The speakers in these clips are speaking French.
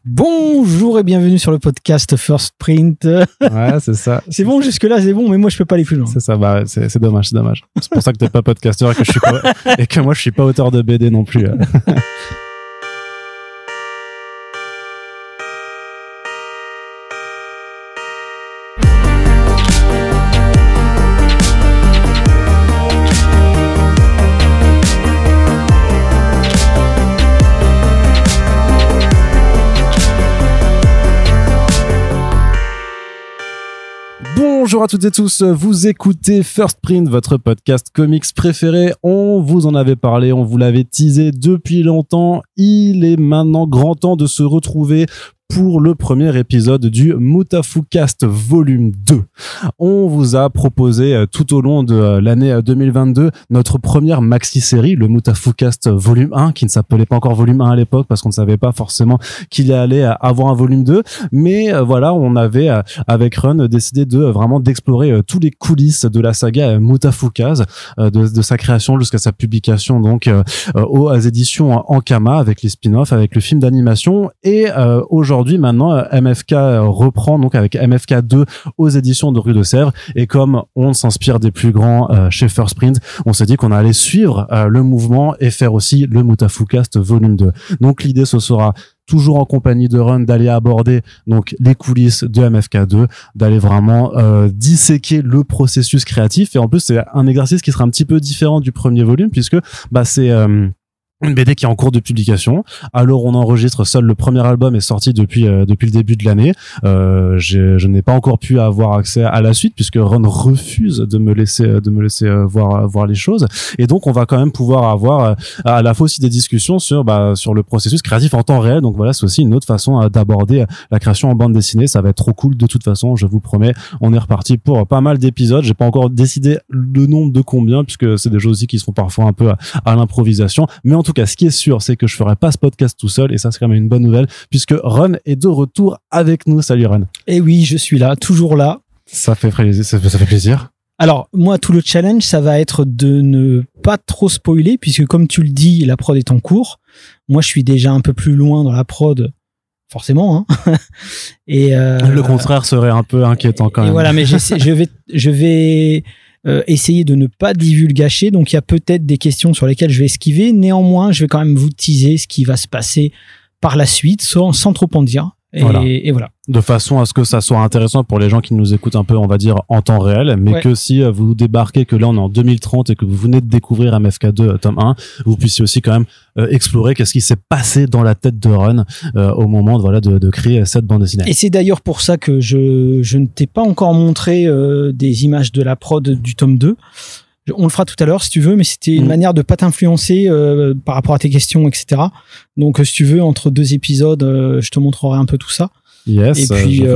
Bonjour et bienvenue sur le podcast First Print. Ouais, c'est ça. C'est bon, jusque-là, c'est bon, mais moi, je peux pas aller plus loin. C'est ça, bah, c'est dommage. C'est pour ça que t'es pas podcasteur et que moi, je suis pas auteur de BD non plus. Bonjour à toutes et tous, vous écoutez First Print, votre podcast comics préféré. On vous en avait parlé, on vous l'avait teasé depuis longtemps. Il est maintenant grand temps de se retrouver pour le premier épisode du MutafuCast volume 2. On vous a proposé tout au long de l'année 2022 notre première maxi-série, le MutafuCast volume 1, qui ne s'appelait pas encore volume 1 à l'époque parce qu'on ne savait pas forcément qu'il allait avoir un volume 2. Mais voilà, on avait avec Run décidé de vraiment d'explorer tous les coulisses de la saga MutafuCast, de sa création jusqu'à sa publication donc aux éditions Ankama avec les spin-offs, avec le film d'animation. Et aujourd'hui maintenant MFK reprend donc avec MFK 2 aux éditions de Rue de Sèvres, et comme on s'inspire des plus grands chez First Print, on s'est dit qu'on allait suivre le mouvement et faire aussi le MutafuCast volume 2. Donc l'idée, ce sera toujours en compagnie de Run d'aller aborder donc les coulisses de MFK2, d'aller vraiment disséquer le processus créatif. Et en plus, c'est un exercice qui sera un petit peu différent du premier volume puisque c'est une BD qui est en cours de publication. Alors on enregistre, seul le premier album est sorti depuis le début de l'année. Je n'ai pas encore pu avoir accès à la suite puisque Ron refuse de me laisser voir les choses. Et donc on va quand même pouvoir avoir à la fois aussi des discussions sur le processus créatif en temps réel. Donc voilà, c'est aussi une autre façon d'aborder la création en bande dessinée. Ça va être trop cool de toute façon, je vous promets. On est reparti pour pas mal d'épisodes. J'ai pas encore décidé le nombre de combien puisque c'est des choses aussi qui se font parfois un peu à l'improvisation. Mais en tout cas, ce qui est sûr, c'est que je ferai pas ce podcast tout seul, et ça, c'est quand même une bonne nouvelle, puisque Ron est de retour avec nous. Salut Ron. Et oui, je suis là, toujours là. Ça fait plaisir. Alors, moi, tout le challenge, ça va être de ne pas trop spoiler, puisque comme tu le dis, la prod est en cours. Moi, je suis déjà un peu plus loin dans la prod, forcément, hein. Et le contraire serait un peu inquiétant quand même. Et voilà, mais je vais essayer de ne pas divulgacher, donc il y a peut-être des questions sur lesquelles je vais esquiver. Néanmoins, je vais quand même vous teaser ce qui va se passer par la suite sans trop en dire. Et voilà. De façon à ce que ça soit intéressant pour les gens qui nous écoutent un peu, on va dire, en temps réel, mais que si vous débarquez, que là on est en 2030 et que vous venez de découvrir MFK2 tome 1, vous puissiez aussi quand même explorer qu'est-ce qui s'est passé dans la tête de Ron au moment de créer cette bande dessinée. Et c'est d'ailleurs pour ça que je ne t'ai pas encore montré des images de la prod du tome 2. On le fera tout à l'heure si tu veux, mais c'était une manière de pas t'influencer par rapport à tes questions, etc. Donc si tu veux, entre deux épisodes, je te montrerai un peu tout ça. Yes, et puis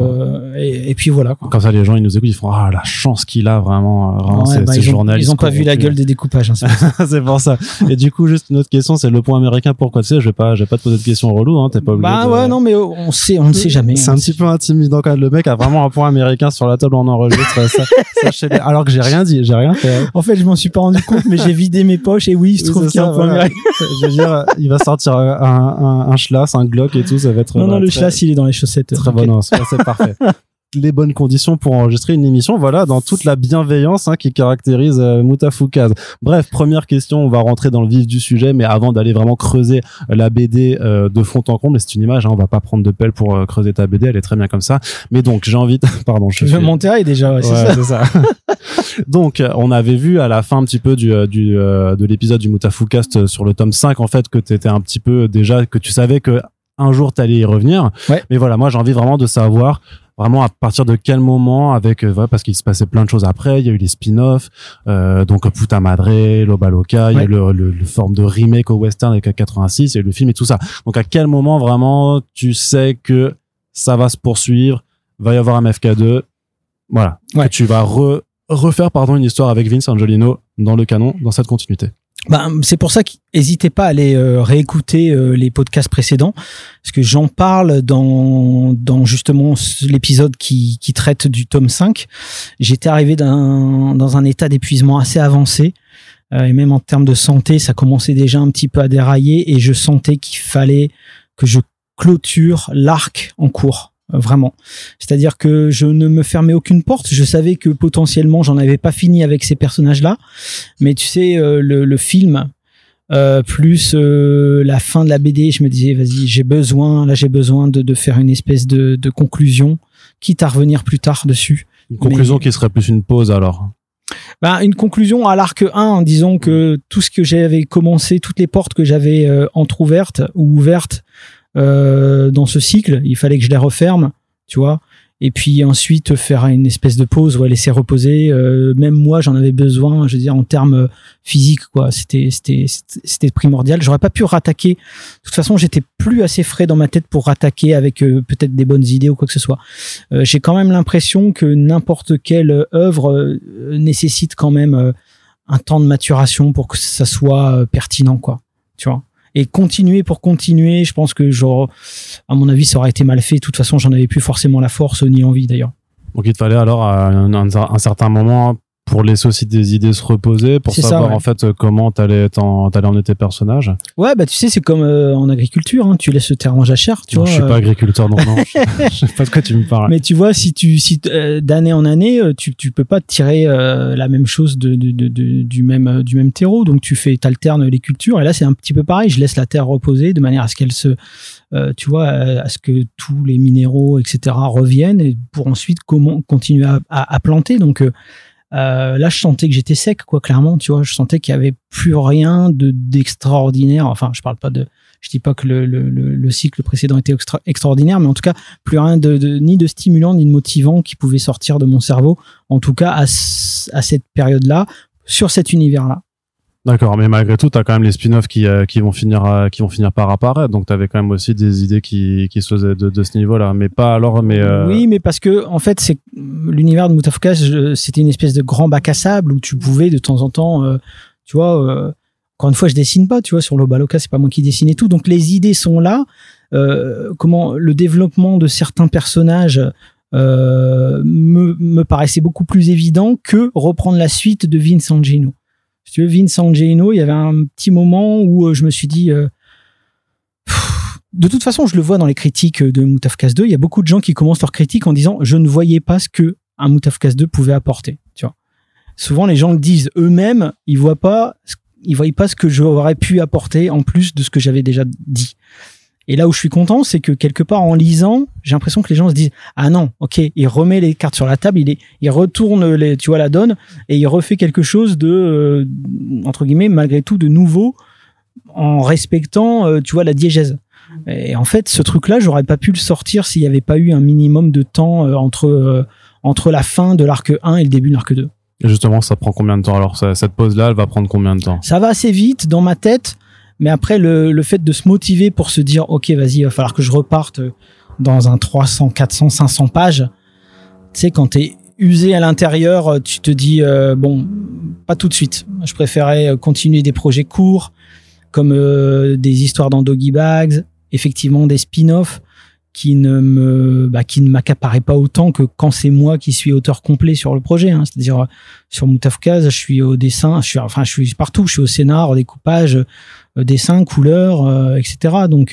et puis voilà quoi. Comme ça les gens ils nous écoutent, ils font la chance qu'il a vraiment ces journalistes. Ils ont pas vu la gueule des découpages, hein, c'est pour ça. Et du coup, juste une autre question, c'est le point américain. Pourquoi tu sais, je vais pas te poser de questions relou, hein, t'es pas obligé. Non, mais on ne sait jamais. C'est un petit peu intimidant quand même. Le mec a vraiment un point américain sur la table, on enregistre ça alors que j'ai rien dit, j'ai rien fait. En fait, je m'en suis pas rendu compte, mais j'ai vidé mes poches et oui, il se trouve qu'il y a un point américain. Je veux dire, il va sortir un schlass, un Glock et tout, ça va être. Non, le schlass, il est dans les chaussettes. Très bon, non, c'est parfait. Les bonnes conditions pour enregistrer une émission, voilà, dans toute la bienveillance qui caractérise MutafuCast. Bref, première question, on va rentrer dans le vif du sujet, mais avant d'aller vraiment creuser la BD de fond en comble, c'est une image, on va pas prendre de pelle pour creuser ta BD, elle est très bien comme ça. Mais donc, j'ai envie pardon, je veux monter déjà, c'est ça. Donc, on avait vu à la fin un petit peu de l'épisode du MutafuCast sur le tome 5, en fait, que t'étais un petit peu déjà, que tu savais que un jour t'allais y revenir. Ouais. Mais voilà, moi j'ai envie vraiment de savoir vraiment à partir de quel moment, avec parce qu'il se passait plein de choses après, il y a eu les spin-offs, donc Puta Madre, Loba Loca, il y a eu le forme de remake au western avec 86, il y a eu le film et tout ça. Donc à quel moment vraiment tu sais que ça va se poursuivre, va y avoir un MFK2, voilà, que tu vas refaire une histoire avec Vince Angelino dans le canon, dans cette continuité. C'est pour ça qu'hésitez pas à aller réécouter les podcasts précédents, parce que j'en parle dans justement l'épisode qui traite du tome 5. J'étais arrivé dans un état d'épuisement assez avancé, et même en termes de santé, ça commençait déjà un petit peu à dérailler, et je sentais qu'il fallait que je clôture l'arc en cours. Vraiment. C'est-à-dire que je ne me fermais aucune porte. Je savais que potentiellement j'en avais pas fini avec ces personnages-là. Mais tu sais, le film, plus la fin de la BD, je me disais, vas-y, j'ai besoin de faire une espèce de conclusion, quitte à revenir plus tard dessus. Une conclusion qui serait plus une pause alors. Une conclusion à l'arc 1 en disant que tout ce que j'avais commencé, toutes les portes que j'avais entrouvertes ou ouvertes, dans ce cycle, il fallait que je les referme, tu vois, et puis ensuite faire une espèce de pause, laisser reposer. Même moi, j'en avais besoin, je veux dire, en termes physiques, quoi. C'était primordial. J'aurais pas pu rattaquer. De toute façon, j'étais plus assez frais dans ma tête pour rattaquer avec peut-être des bonnes idées ou quoi que ce soit. J'ai quand même l'impression que n'importe quelle œuvre nécessite quand même un temps de maturation pour que ça soit pertinent, quoi. Tu vois. Et continuer pour continuer, je pense que à mon avis, ça aurait été mal fait. De toute façon, j'en avais plus forcément la force ni envie d'ailleurs. Donc il te fallait alors à un certain moment pour laisser aussi des idées se reposer, pour savoir en fait comment t'allais emmener tes personnages. Ouais, tu sais, c'est comme en agriculture, hein, tu laisses le terrain en jachère, tu vois. Je suis pas agriculteur, non. Je sais pas de quoi tu me parles. Mais tu vois, si d'année en année, tu peux pas tirer la même chose du même terreau, donc t'alternes les cultures, et là c'est un petit peu pareil, je laisse la terre reposer de manière à ce qu'elle se tu vois, à ce que tous les minéraux, etc. reviennent, et pour ensuite continuer à planter. Donc là, je sentais que j'étais sec, quoi, clairement, tu vois. Je sentais qu'il y avait plus rien d'extraordinaire. Enfin, je dis pas que le cycle précédent était extraordinaire, mais en tout cas, plus rien ni de stimulant, ni de motivant qui pouvait sortir de mon cerveau. En tout cas, à cette période-là, sur cet univers-là. D'accord, mais malgré tout, t'as quand même les spin-offs qui vont finir par apparaître. Donc t'avais quand même aussi des idées qui se faisaient de ce niveau-là, mais pas alors. Oui, mais parce que en fait, c'est l'univers de Moutafkaz, c'était une espèce de grand bac à sable où tu pouvais de temps en temps, tu vois. Encore une fois, je dessine pas, tu vois, sur l'Obaloka, c'est pas moi qui dessine et tout. Donc les idées sont là. Comment le développement de certains personnages me paraissait beaucoup plus évident que reprendre la suite de Vincent Gino. Si tu veux, Vincent Gino, il y avait un petit moment où je me suis dit, de toute façon, je le vois dans les critiques de Moutafkaz 2, il y a beaucoup de gens qui commencent leurs critiques en disant, je ne voyais pas ce que un Moutafkaz 2 pouvait apporter. Tu vois. Souvent, les gens le disent eux-mêmes, ils voient pas ce que j'aurais pu apporter en plus de ce que j'avais déjà dit. Et là où je suis content, c'est que quelque part, en lisant, j'ai l'impression que les gens se disent, ah non, ok, il remet les cartes sur la table, il retourne tu vois, la donne, et il refait quelque chose de, entre guillemets, malgré tout, de nouveau, en respectant, tu vois, la diégèse. Et en fait, ce truc-là, j'aurais pas pu le sortir s'il n'y avait pas eu un minimum de temps entre la fin de l'arc 1 et le début de l'arc 2. Et justement, ça prend combien de temps? Alors, cette pause-là, elle va prendre combien de temps? Ça va assez vite dans ma tête. Mais après, le fait de se motiver pour se dire, OK, vas-y, il va falloir que je reparte dans un 300, 400, 500 pages. Tu sais, quand t'es usé à l'intérieur, tu te dis, bon, pas tout de suite. Je préférais continuer des projets courts, comme des histoires dans Doggy Bags, effectivement des spin-offs qui ne m'accaparaient pas autant que quand c'est moi qui suis auteur complet sur le projet, hein. C'est-à-dire, sur Moutafkaz, je suis au dessin, je suis partout, je suis au scénar, au découpage, dessin, couleur, etc. Donc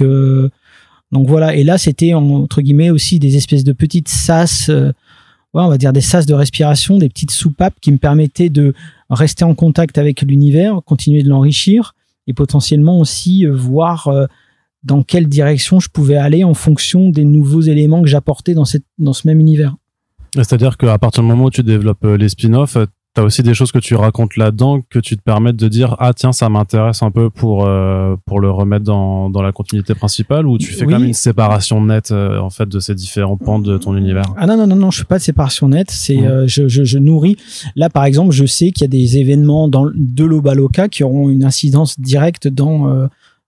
voilà. Et là, c'était entre guillemets aussi des espèces de petites sas, on va dire des sas de respiration, des petites soupapes qui me permettaient de rester en contact avec l'univers, continuer de l'enrichir et potentiellement aussi voir dans quelle direction je pouvais aller en fonction des nouveaux éléments que j'apportais dans ce même univers. C'est-à-dire qu'à partir du moment où tu développes les spin-offs, t'as aussi des choses que tu racontes là-dedans que tu te permettent de dire, ah tiens, ça m'intéresse un peu pour le remettre dans la continuité principale, ou tu fais quand même une séparation nette en fait de ces différents pans de ton univers? Ah non, je fais pas de séparation nette, c'est je nourris. Là par exemple, je sais qu'il y a des événements de l'Obaloka qui auront une incidence directe dans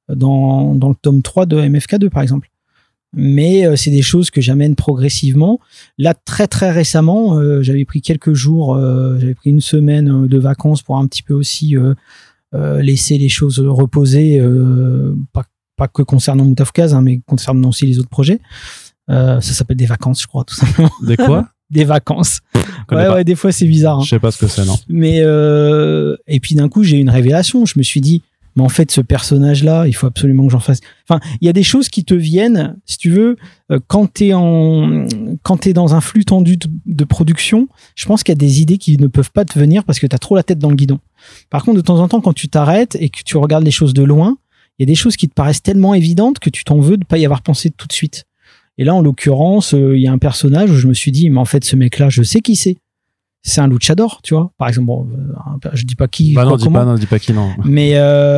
le tome 3 de MFK2 par exemple. Mais c'est des choses que j'amène progressivement. Là, très très récemment, j'avais pris quelques jours, j'avais pris une semaine de vacances pour un petit peu aussi laisser les choses reposer, pas que concernant Moutafkaz, hein, mais concernant aussi les autres projets. Ça s'appelle des vacances, je crois, tout simplement. Des quoi? Des vacances. Ouais, des fois c'est bizarre. Hein. Je sais pas ce que c'est, non. Mais et puis d'un coup, j'ai eu une révélation. Je me suis dit, mais en fait ce personnage là il faut absolument que j'en fasse. Enfin il y a des choses qui te viennent si tu veux quand t'es dans un flux tendu de production. Je pense qu'il y a des idées qui ne peuvent pas te venir parce que t'as trop la tête dans le guidon. Par contre de temps en temps quand tu t'arrêtes et que tu regardes les choses de loin, il y a des choses qui te paraissent tellement évidentes que tu t'en veux de pas y avoir pensé tout de suite. Et là en l'occurrence il y a un personnage où je me suis dit mais en fait ce mec là je sais qui c'est un luchador, tu vois. Par exemple, bon, je dis pas qui. Bah non, dis pas qui, non. Mais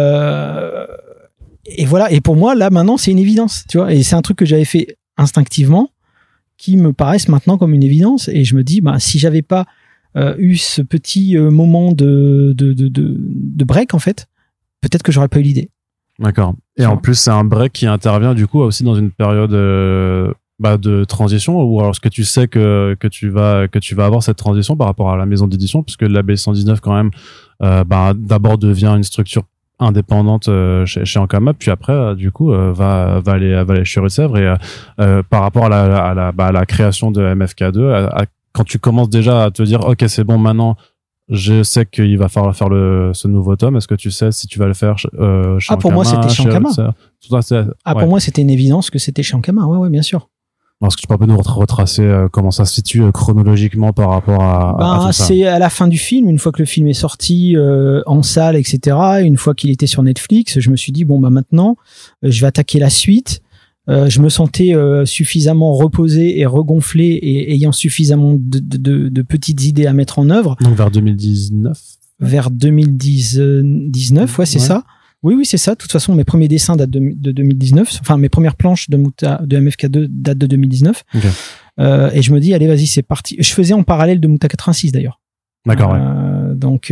et voilà. Et pour moi, là, maintenant, c'est une évidence, tu vois. Et c'est un truc que j'avais fait instinctivement, qui me paraissent maintenant comme une évidence. Et je me dis, bah, si j'avais pas eu ce petit moment de break, en fait, peut-être que j'aurais pas eu l'idée. D'accord. Et en plus, c'est un break qui intervient du coup aussi dans une période de transition, ou alors est-ce que tu sais que tu vas avoir cette transition par rapport à la maison d'édition, puisque le label 119 quand même d'abord devient une structure indépendante chez Ankama, puis après du coup va aller chez Rue-de-Sèvres, et par rapport à la création de MFK2, quand tu commences déjà à te dire ok c'est bon, maintenant je sais qu'il va falloir faire ce nouveau tome. Est-ce que tu sais si tu vas le faire chez Ankama? Pour moi, c'était chez Ankama. Ouais. Pour moi, c'était une évidence que c'était chez Ankama. Ouais, bien sûr. Est-ce que tu peux un peu nous retracer comment ça se situe chronologiquement par rapport à tout ça? C'est à la fin du film, une fois que le film est sorti en salle, etc., une fois qu'il était sur Netflix, je me suis dit, bon, bah maintenant, je vais attaquer la suite. Je me sentais suffisamment reposé et regonflé et ayant suffisamment de petites idées à mettre en œuvre. Donc vers 2019 ? Vers 2019, ouais, c'est ça. Oui, c'est ça. De toute façon, mes premiers dessins datent de 2019. Enfin, mes premières planches de MFK2 datent de 2019. Okay. Et je me dis, allez, vas-y, c'est parti. Je faisais en parallèle de Muta 86, d'ailleurs. D'accord, ouais. Donc,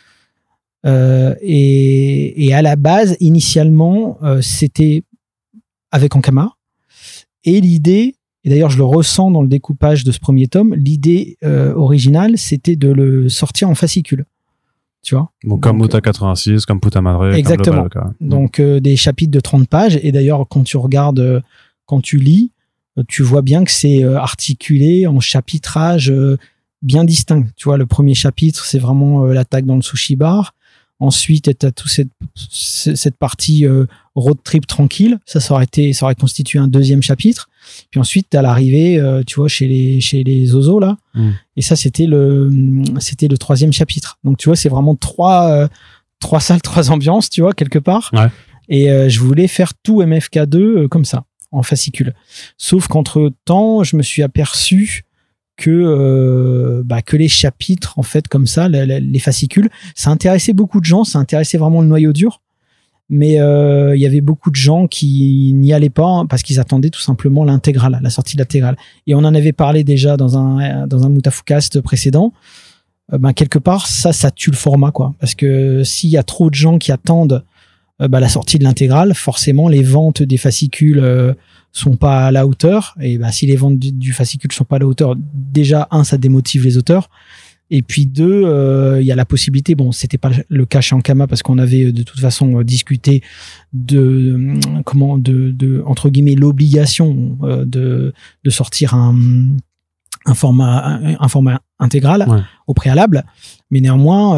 et à la base, initialement, c'était avec Ankama. Et l'idée, et d'ailleurs, je le ressens dans le découpage de ce premier tome, l'idée originale, c'était de le sortir en fascicule. Tu vois, donc comme Muta 86, comme Puta Madre. Exactement. Donc des chapitres de 30 pages. Et d'ailleurs, quand tu regardes, quand tu lis, tu vois bien que c'est articulé en chapitrage bien distinct. Tu vois, le premier chapitre, c'est vraiment l'attaque dans le sushi bar. Ensuite, tu as toute cette partie road trip tranquille. Ça aurait constitué un deuxième chapitre. Puis ensuite, tu as l'arrivée, tu vois, chez les Ozo, là. Et ça, c'était le troisième chapitre. Donc, tu vois, c'est vraiment trois salles, trois ambiances, tu vois, quelque part. Ouais. Et je voulais faire tout MFK2 comme ça, en fascicule. Sauf qu'entre-temps, je me suis aperçu que les chapitres, en fait, comme ça, les fascicules, ça intéressait beaucoup de gens, ça intéressait vraiment le noyau dur. Mais il y avait beaucoup de gens qui n'y allaient pas parce qu'ils attendaient tout simplement l'intégrale, la sortie de l'intégrale. Et on en avait parlé déjà dans un Mutafukast précédent. Quelque part, ça tue le format, quoi. Parce que s'il y a trop de gens qui attendent la sortie de l'intégrale, forcément les ventes des fascicules sont pas à la hauteur. Et si les ventes du fascicule sont pas à la hauteur, déjà ça démotive les auteurs. Et puis deux, il y a la possibilité, bon, c'était pas le cas chez Ankama parce qu'on avait de toute façon discuté de entre guillemets l'obligation de sortir un format intégral au préalable, mais néanmoins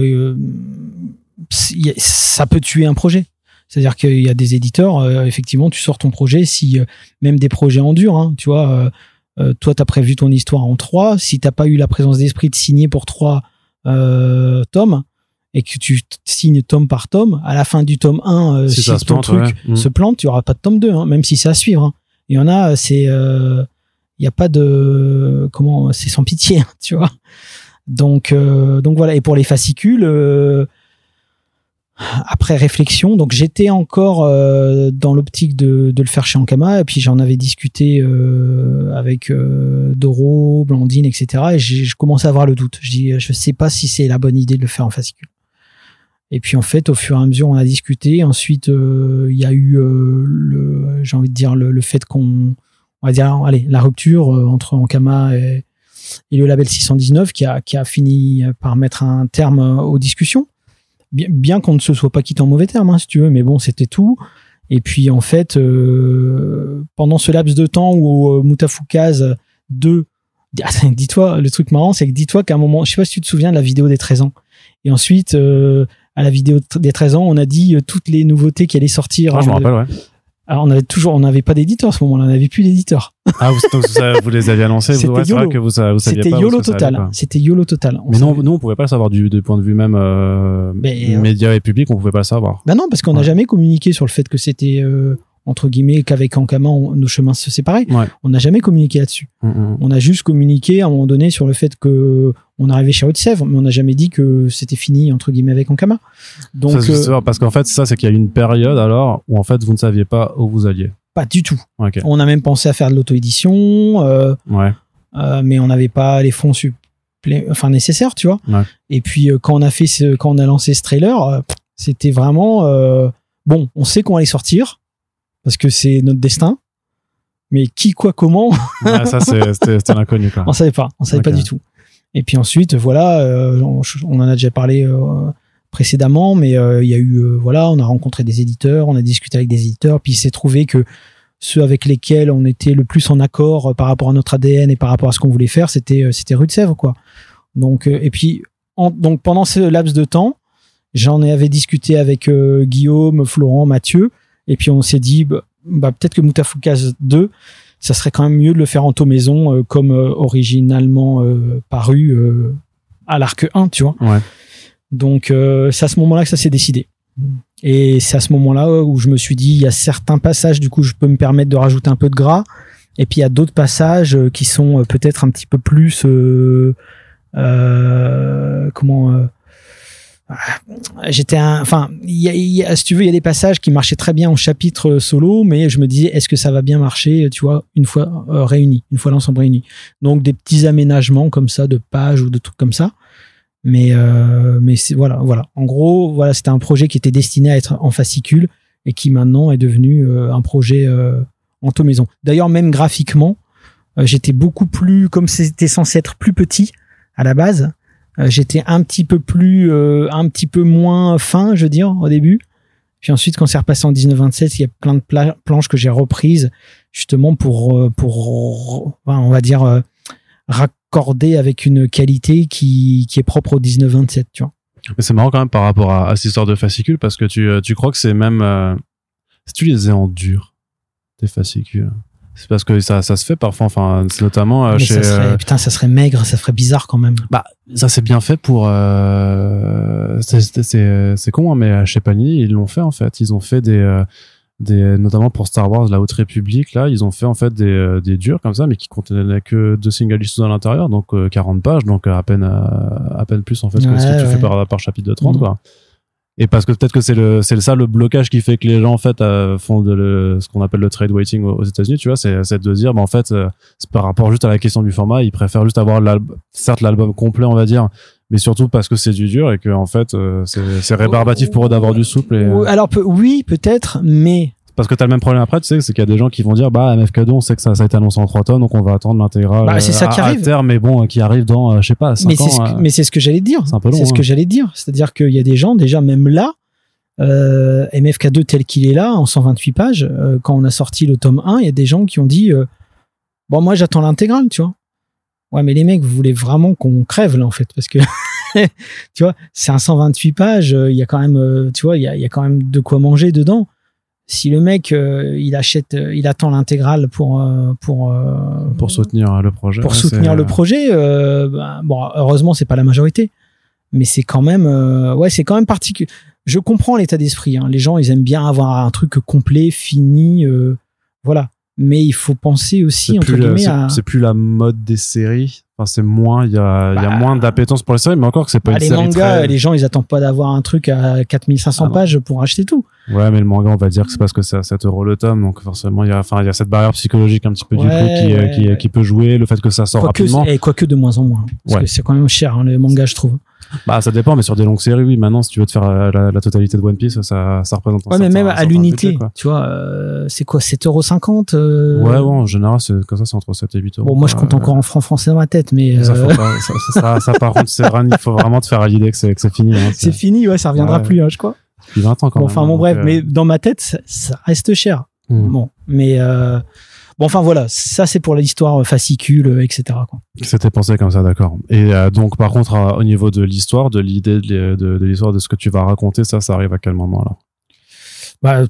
ça peut tuer un projet. C'est-à-dire qu'il y a des éditeurs, effectivement, tu sors ton projet, si même des projets en dur, hein, tu vois. Toi, tu as prévu ton histoire en 3. Si tu n'as pas eu la présence d'esprit de signer pour 3 tomes et que tu signes tome par tome, à la fin du tome 1, si ton truc se plante, tu n'auras pas de tome 2, hein, même si c'est à suivre. Hein. Il y en a, il n'y a pas de... c'est sans pitié, hein, tu vois. Donc voilà. Et pour les fascicules... après réflexion, donc j'étais encore dans l'optique de le faire chez Ankama, et puis j'en avais discuté avec Doro, Blandine, etc. Et je commençais à avoir le doute. Je dis, je sais pas si c'est la bonne idée de le faire en fascicule. Et puis en fait, au fur et à mesure, on a discuté. Ensuite, il y a eu j'ai envie de dire le fait on va dire, allez, la rupture entre Ankama et le label 619 qui a fini par mettre un terme aux discussions. Bien qu'on ne se soit pas quitté en mauvais termes, hein, si tu veux, mais bon, c'était tout. Et puis, en fait, pendant ce laps de temps où Mutafukaz 2, dis-toi, le truc marrant, c'est que dis-toi qu'à un moment, je sais pas si tu te souviens de la vidéo des 13 ans. Et ensuite, à la vidéo des 13 ans, on a dit toutes les nouveautés qui allaient sortir. Je me rappelle, ouais. Alors on n'avait pas d'éditeur à ce moment-là, on n'avait plus d'éditeur. Ah, vous les aviez annoncés, c'est vrai que vous saviez C'était pas. YOLO total. C'était YOLO total. Mais non, nous, on pouvait pas le savoir du point de vue même médias et public, on pouvait pas le savoir. Bah non, parce qu'on n'a jamais communiqué sur le fait que c'était entre guillemets qu'avec Ankama nos chemins se séparaient. Ouais. On n'a jamais communiqué là-dessus. On a juste communiqué à un moment donné sur le fait que on arrivait chez Haute-Sèvres, mais on n'a jamais dit que c'était fini entre guillemets avec Ankama. Donc ça, parce qu'en fait ça c'est qu'il y a eu une période alors où en fait vous ne saviez pas où vous alliez. Pas du tout. Okay. On a même pensé à faire de l'auto-édition, mais on n'avait pas les fonds nécessaires, tu vois. Ouais. Et puis quand on a lancé ce trailer, c'était vraiment bon. On sait qu'on allait sortir parce que c'est notre destin. Mais qui, quoi, comment ça c'était l'inconnu quoi. On savait pas du tout. Et puis ensuite voilà, on en a déjà parlé précédemment, mais il y a eu on a rencontré des éditeurs, on a discuté avec des éditeurs, puis il s'est trouvé que ceux avec lesquels on était le plus en accord par rapport à notre ADN et par rapport à ce qu'on voulait faire, c'était Rue de Sèvres quoi. Donc et puis donc pendant ce laps de temps, j'en avais discuté avec Guillaume, Florent, Mathieu, et puis on s'est dit peut-être que Moutafoukaz 2, ça serait quand même mieux de le faire en maison comme originalement paru à l'Arc 1, tu vois. Ouais. Donc c'est à ce moment-là que ça s'est décidé. Et c'est à ce moment-là où je me suis dit, il y a certains passages, du coup, je peux me permettre de rajouter un peu de gras. Et puis il y a d'autres passages qui sont peut-être un petit peu plus si tu veux, il y a des passages qui marchaient très bien en chapitre solo, mais je me disais, est-ce que ça va bien marcher, tu vois, une fois réunis, une fois l'ensemble réuni. Donc des petits aménagements comme ça, de pages ou de trucs comme ça. Mais voilà. En gros, voilà, c'était un projet qui était destiné à être en fascicule et qui maintenant est devenu un projet en maison. D'ailleurs, même graphiquement, j'étais beaucoup plus, comme c'était censé être plus petit à la base, j'étais un petit peu moins fin, je veux dire, au début. Puis ensuite, quand c'est repassé en 19-27, il y a plein de planches que j'ai reprises justement pour on va dire, raccorder avec une qualité qui est propre au 19-27, tu vois. Mais c'est marrant quand même par rapport à cette histoire de fascicules, parce que tu crois que c'est même si tu les as en dur, tes fascicules, c'est parce que ça se fait parfois, enfin c'est notamment chez ça serait maigre, ça ferait bizarre quand même. Ça c'est bien fait pour c'est con hein, mais chez Panini ils l'ont fait en fait, ils ont fait des notamment pour Star Wars la Haute République, là ils ont fait en fait des durs comme ça, mais qui contenaient que 2 single issues à l'intérieur, donc 40 pages, donc à peine plus en fait que ce que tu fais par chapitre de 30 quoi. Et parce que peut-être que c'est ça le blocage qui fait que les gens en fait font ce qu'on appelle le trade waiting aux États-Unis, tu vois, c'est de dire en fait c'est par rapport juste à la question du format, ils préfèrent juste avoir certes l'album complet on va dire, mais surtout parce que c'est du dur et que en fait c'est rébarbatif pour eux d'avoir du souple alors oui peut-être, mais parce que t'as le même problème après, tu sais, c'est qu'il y a des gens qui vont dire MFK2 on sait que ça a été annoncé en 3 tonnes, donc on va attendre l'intégrale c'est ça qui arrive. À terme, mais bon qui arrive dans je sais pas 5 ans. Mais c'est ce que j'allais te dire. C'est un peu long, c'est ce que j'allais te dire, c'est-à-dire qu'il y a des gens déjà même là MFK2 tel qu'il est là en 128 pages, quand on a sorti le tome 1, il y a des gens qui ont dit moi j'attends l'intégrale, tu vois. Ouais, mais les mecs, vous voulez vraiment qu'on crève là en fait, parce que tu vois, c'est un 128 pages, il y a quand même tu vois, il y a quand même de quoi manger dedans. Si le mec il attend l'intégrale pour soutenir le projet, le projet, heureusement c'est pas la majorité, mais c'est quand même c'est quand même particulier. Je comprends l'état d'esprit, hein. Les gens ils aiment bien avoir un truc complet, fini, voilà. Mais il faut penser aussi entre guillemets c'est plus la mode des séries. Enfin, c'est moins, il y a moins d'appétence pour les séries, mais encore que c'est pas une série mangas, les gens ils attendent pas d'avoir un truc à 4500 pages pour acheter tout. Ouais, mais le manga on va dire que c'est parce que c'est à 7 € le tome, donc forcément il y a cette barrière psychologique un petit peu du coup qui peut jouer, le fait que ça sort rapidement. Quoique de moins en moins, parce que c'est quand même cher hein, le manga je trouve. Ça dépend, mais sur des longues séries, oui. Maintenant, si tu veux te faire la totalité de One Piece, ça représente un certain, mais même à l'unité, budget, tu vois, c'est quoi, 7,50 €? Ouais, en général, c'est comme ça, c'est entre 7 et 8 €. Bon, moi, je compte encore en francs français dans ma tête, mais. Ça, par contre, il faut vraiment te faire à l'idée que c'est fini. Hein, c'est fini, ça reviendra plus, je crois. Depuis 20 ans, quand même. Enfin, bref, mais dans ma tête, ça reste cher. Bon, mais, Bon, enfin voilà, ça c'est pour l'histoire fascicule, etc. quoi. C'était pensé comme ça, d'accord. Et donc par contre, au niveau de l'histoire, de l'idée de l'histoire de ce que tu vas raconter, ça arrive à quel moment alors? Bah,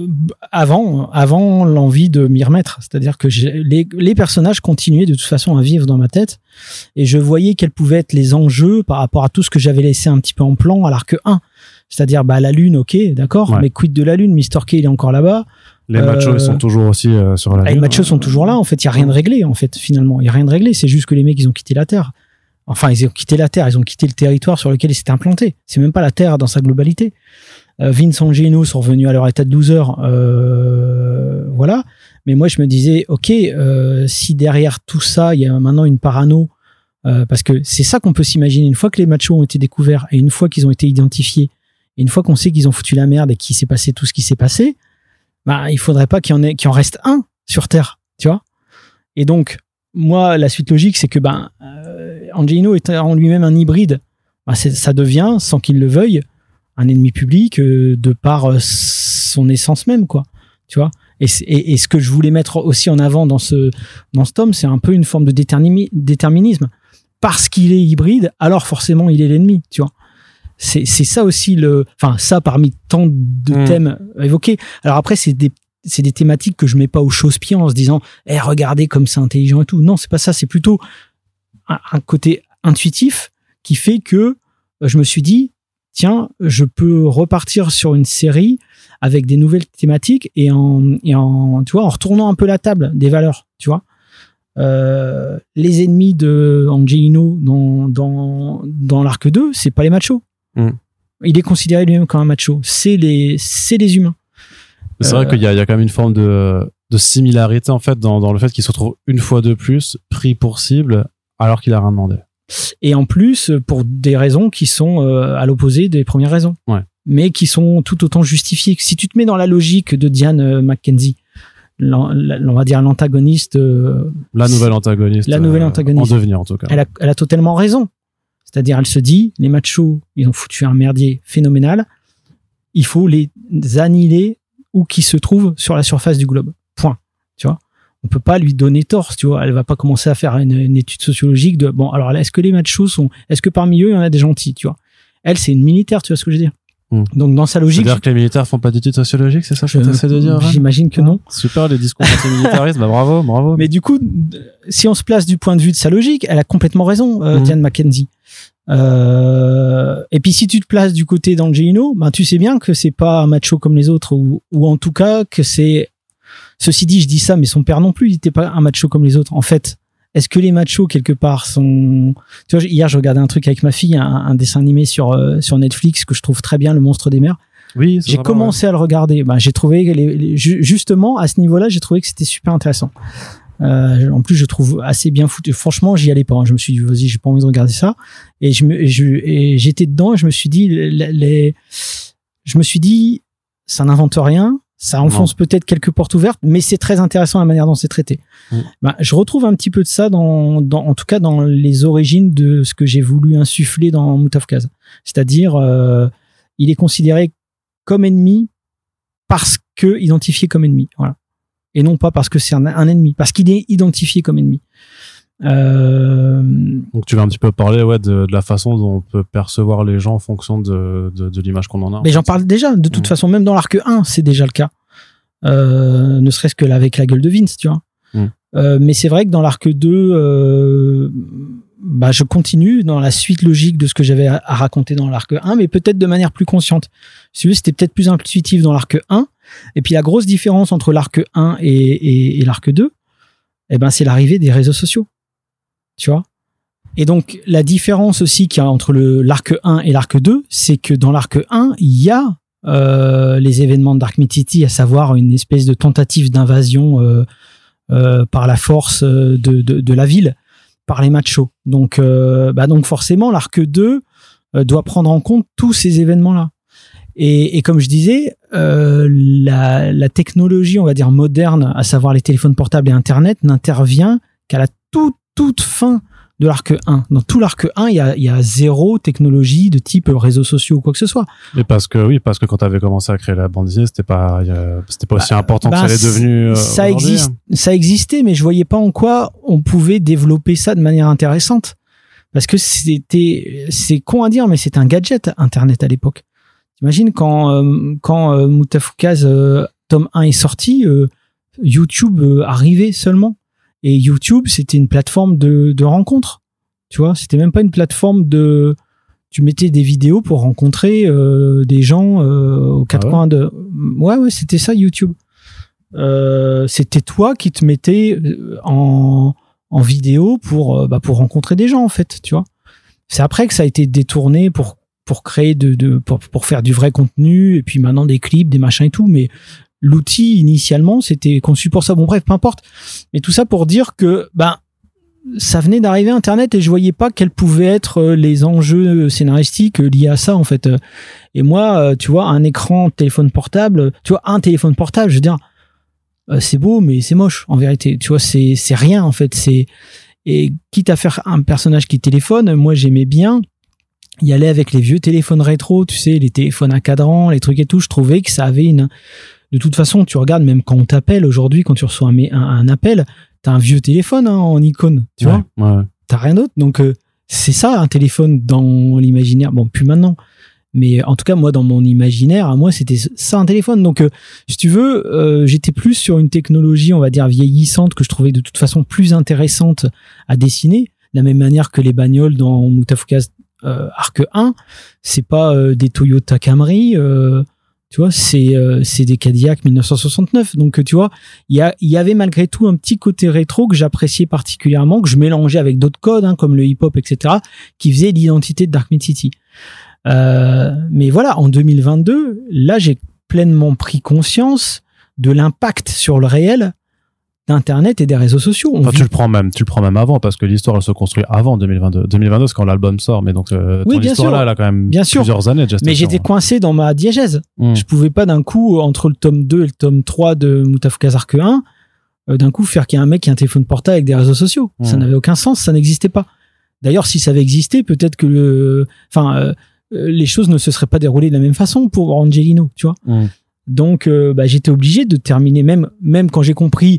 avant l'envie de m'y remettre, c'est-à-dire que les personnages continuaient de toute façon à vivre dans ma tête et je voyais quels pouvaient être les enjeux par rapport à tout ce que j'avais laissé un petit peu en plan à l'arc 1, c'est-à-dire la lune, ok, d'accord, mais quid de la lune, Mr. K il est encore là-bas. Les machos ils sont toujours aussi sur la lune. Les machos sont toujours là, en fait, il y a rien de réglé en fait finalement, il y a rien de réglé, c'est juste que les mecs ils ont quitté la Terre. Enfin, ils ont quitté la Terre, ils ont quitté le territoire sur lequel ils s'étaient implantés. C'est même pas la Terre dans sa globalité. Vince et Gino sont revenus à leur état de loser, voilà. Mais moi, je me disais, ok, si derrière tout ça, il y a maintenant une parano, parce que c'est ça qu'on peut s'imaginer une fois que les machos ont été découverts et une fois qu'ils ont été identifiés et une fois qu'on sait qu'ils ont foutu la merde et qu'il s'est passé tout ce qui s'est passé, bah, il faudrait pas qu'il en reste un sur Terre, tu vois. Et donc, moi, la suite logique, c'est que Angelino est en lui-même un hybride. Bah, ça devient, sans qu'il le veuille, un ennemi public de par son essence même, quoi. Tu vois. Et ce que je voulais mettre aussi en avant dans ce tome, c'est un peu une forme de déterminisme. Parce qu'il est hybride, alors forcément il est l'ennemi, tu vois. C'est ça aussi ça parmi tant de thèmes évoqués. Alors après c'est des thématiques que je mets pas au chausse-pied en se disant regardez comme c'est intelligent et tout. Non, c'est pas ça, c'est plutôt un côté intuitif qui fait que je me suis dit tiens, je peux repartir sur une série avec des nouvelles thématiques et tu vois, en retournant un peu la table des valeurs, tu vois. Les ennemis de Angelino dans l'arc 2, c'est pas les machos. Il est considéré lui-même comme un macho. C'est les humains. C'est vrai qu'il y a quand même une forme de similarité en fait dans le fait qu'il se retrouve une fois de plus pris pour cible alors qu'il a rien demandé. Et en plus, pour des raisons qui sont à l'opposé des premières raisons. Ouais. Mais qui sont tout autant justifiées. Si tu te mets dans la logique de Diane McKenzie, on va dire l'antagoniste. La nouvelle antagoniste. En devenir, en tout cas. Elle a totalement raison. C'est-à-dire, elle se dit, les machos, ils ont foutu un merdier phénoménal. Il faut les annihiler où qu'ils se trouvent sur la surface du globe. Point. Tu vois? On peut pas lui donner tort, tu vois. Elle va pas commencer à faire une étude sociologique de, bon, alors là, est-ce que les machos est-ce que parmi eux, il y en a des gentils, tu vois? Elle, c'est une militaire, tu vois ce que je veux dire? Donc, dans sa logique. C'est-à-dire que les militaires font pas d'études sociologiques, c'est ça que tu essaies de dire? J'imagine que non. Super, les discours anti-militaristes, bah bravo. Mais du coup, si on se place du point de vue de sa logique, elle a complètement raison, Diane McKenzie. Et puis si tu te places du côté d'Angelino, ben tu sais bien que c'est pas un macho comme les autres, ou en tout cas que c'est. Ceci dit, je dis ça, mais son père non plus, il était pas un macho comme les autres. En fait, est-ce que les machos quelque part sont. Tu vois, hier je regardais un truc avec ma fille, un dessin animé sur Netflix que je trouve très bien, Le Monstre des Mers. Oui. J'ai commencé à le regarder. Ben j'ai trouvé justement à ce niveau-là, j'ai trouvé que c'était super intéressant. En plus, je trouve assez bien foutu. Franchement, j'y allais pas. Hein. Je me suis dit, vas-y, j'ai pas envie de regarder ça. Et j'étais dedans. Et je me suis dit, ça n'invente rien. Ça enfonce peut-être quelques portes ouvertes, mais c'est très intéressant la manière dont c'est traité. Ben, je retrouve un petit peu de ça en tout cas, dans les origines de ce que j'ai voulu insuffler dans Moutafkaz. C'est-à-dire, il est considéré comme ennemi parce que identifié comme ennemi. Voilà. Et non pas parce que c'est un ennemi, parce qu'il est identifié comme ennemi. Donc tu vas un petit peu parler de la façon dont on peut percevoir les gens en fonction de l'image qu'on en a. Mais j'en parle déjà, de toute façon, même dans l'arc 1, c'est déjà le cas. Ne serait-ce que là avec la gueule de Vince, tu vois. Mais c'est vrai que dans l'arc 2, je continue dans la suite logique de ce que j'avais à raconter dans l'arc 1, mais peut-être de manière plus consciente. Si vous voulez, c'était peut-être plus intuitif dans l'arc 1. Et puis la grosse différence entre l'arc 1 et l'arc 2, c'est l'arrivée des réseaux sociaux. Tu vois? Et donc la différence aussi qu'il y a entre l'arc 1 et l'arc 2, c'est que dans l'arc 1, il y a les événements de Dark City, à savoir une espèce de tentative d'invasion par la force de la ville, par les machos. Donc forcément, l'arc 2 doit prendre en compte tous ces événements-là. Et comme je disais, la technologie, on va dire moderne, à savoir les téléphones portables et Internet, n'intervient qu'à la toute fin de l'Arc 1. Dans tout l'Arc 1, il y a zéro technologie de type réseaux sociaux ou quoi que ce soit. Mais parce que quand tu avais commencé à créer la bande dessinée, c'était pas aussi important que ça l'est devenu. Ça existait, mais je voyais pas en quoi on pouvait développer ça de manière intéressante. Parce que c'est con à dire, mais c'était un gadget, Internet à l'époque. T'imagines quand Mutafukaz tome 1 est sorti, YouTube arrivait seulement. Et YouTube, c'était une plateforme de rencontre. Tu vois, c'était même pas une plateforme tu mettais des vidéos pour rencontrer des gens aux quatre coins de. Ouais, c'était ça YouTube. C'était toi qui te mettais en vidéo pour rencontrer des gens en fait. Tu vois. C'est après que ça a été détourné pour créer pour faire du vrai contenu et puis maintenant des clips, des machins et tout. Mais l'outil, initialement, c'était conçu pour ça. Bon, bref, peu importe. Mais tout ça pour dire que, ça venait d'arriver Internet et je voyais pas quels pouvaient être les enjeux scénaristiques liés à ça, en fait. Et moi, tu vois, un téléphone portable, je veux dire, c'est beau, mais c'est moche, en vérité. Tu vois, c'est rien, en fait. Et quitte à faire un personnage qui téléphone, moi, j'aimais bien y aller avec les vieux téléphones rétro, tu sais, les téléphones à cadran, les trucs et tout. Je trouvais que ça avait de toute façon, tu regardes, même quand on t'appelle aujourd'hui, quand tu reçois un appel, t'as un vieux téléphone en icône, tu vois. Ouais. T'as rien d'autre. Donc, c'est ça, un téléphone dans l'imaginaire. Bon, plus maintenant. Mais en tout cas, moi, dans mon imaginaire, à moi, c'était ça, un téléphone. Donc, si tu veux, j'étais plus sur une technologie, on va dire, vieillissante, que je trouvais de toute façon plus intéressante à dessiner. De la même manière que les bagnoles dans Mutafukaz Arc 1, c'est pas des Toyota Camry, tu vois, c'est des Cadillac 1969. Donc, tu vois, il y avait malgré tout un petit côté rétro que j'appréciais particulièrement, que je mélangeais avec d'autres codes, comme le hip-hop, etc., qui faisaient l'identité de Dark Mid City. Mais voilà, en 2022, là, j'ai pleinement pris conscience de l'impact sur le réel d'Internet et des réseaux sociaux. Tu le prends même avant, parce que l'histoire, elle se construit avant 2022. 2022, c'est quand l'album sort, mais donc, ton histoire là, elle a quand même plusieurs années de gestation. Mais j'étais coincé dans ma diégèse. Je pouvais pas d'un coup, entre le tome 2 et le tome 3 de Mutafukaz Arc 1, d'un coup faire qu'il y a un mec qui a un téléphone portable avec des réseaux sociaux. Ça n'avait aucun sens, ça n'existait pas. D'ailleurs, si ça avait existé, peut-être que les choses ne se seraient pas déroulées de la même façon pour Angelino, tu vois. Donc, j'étais obligé de terminer, même quand j'ai compris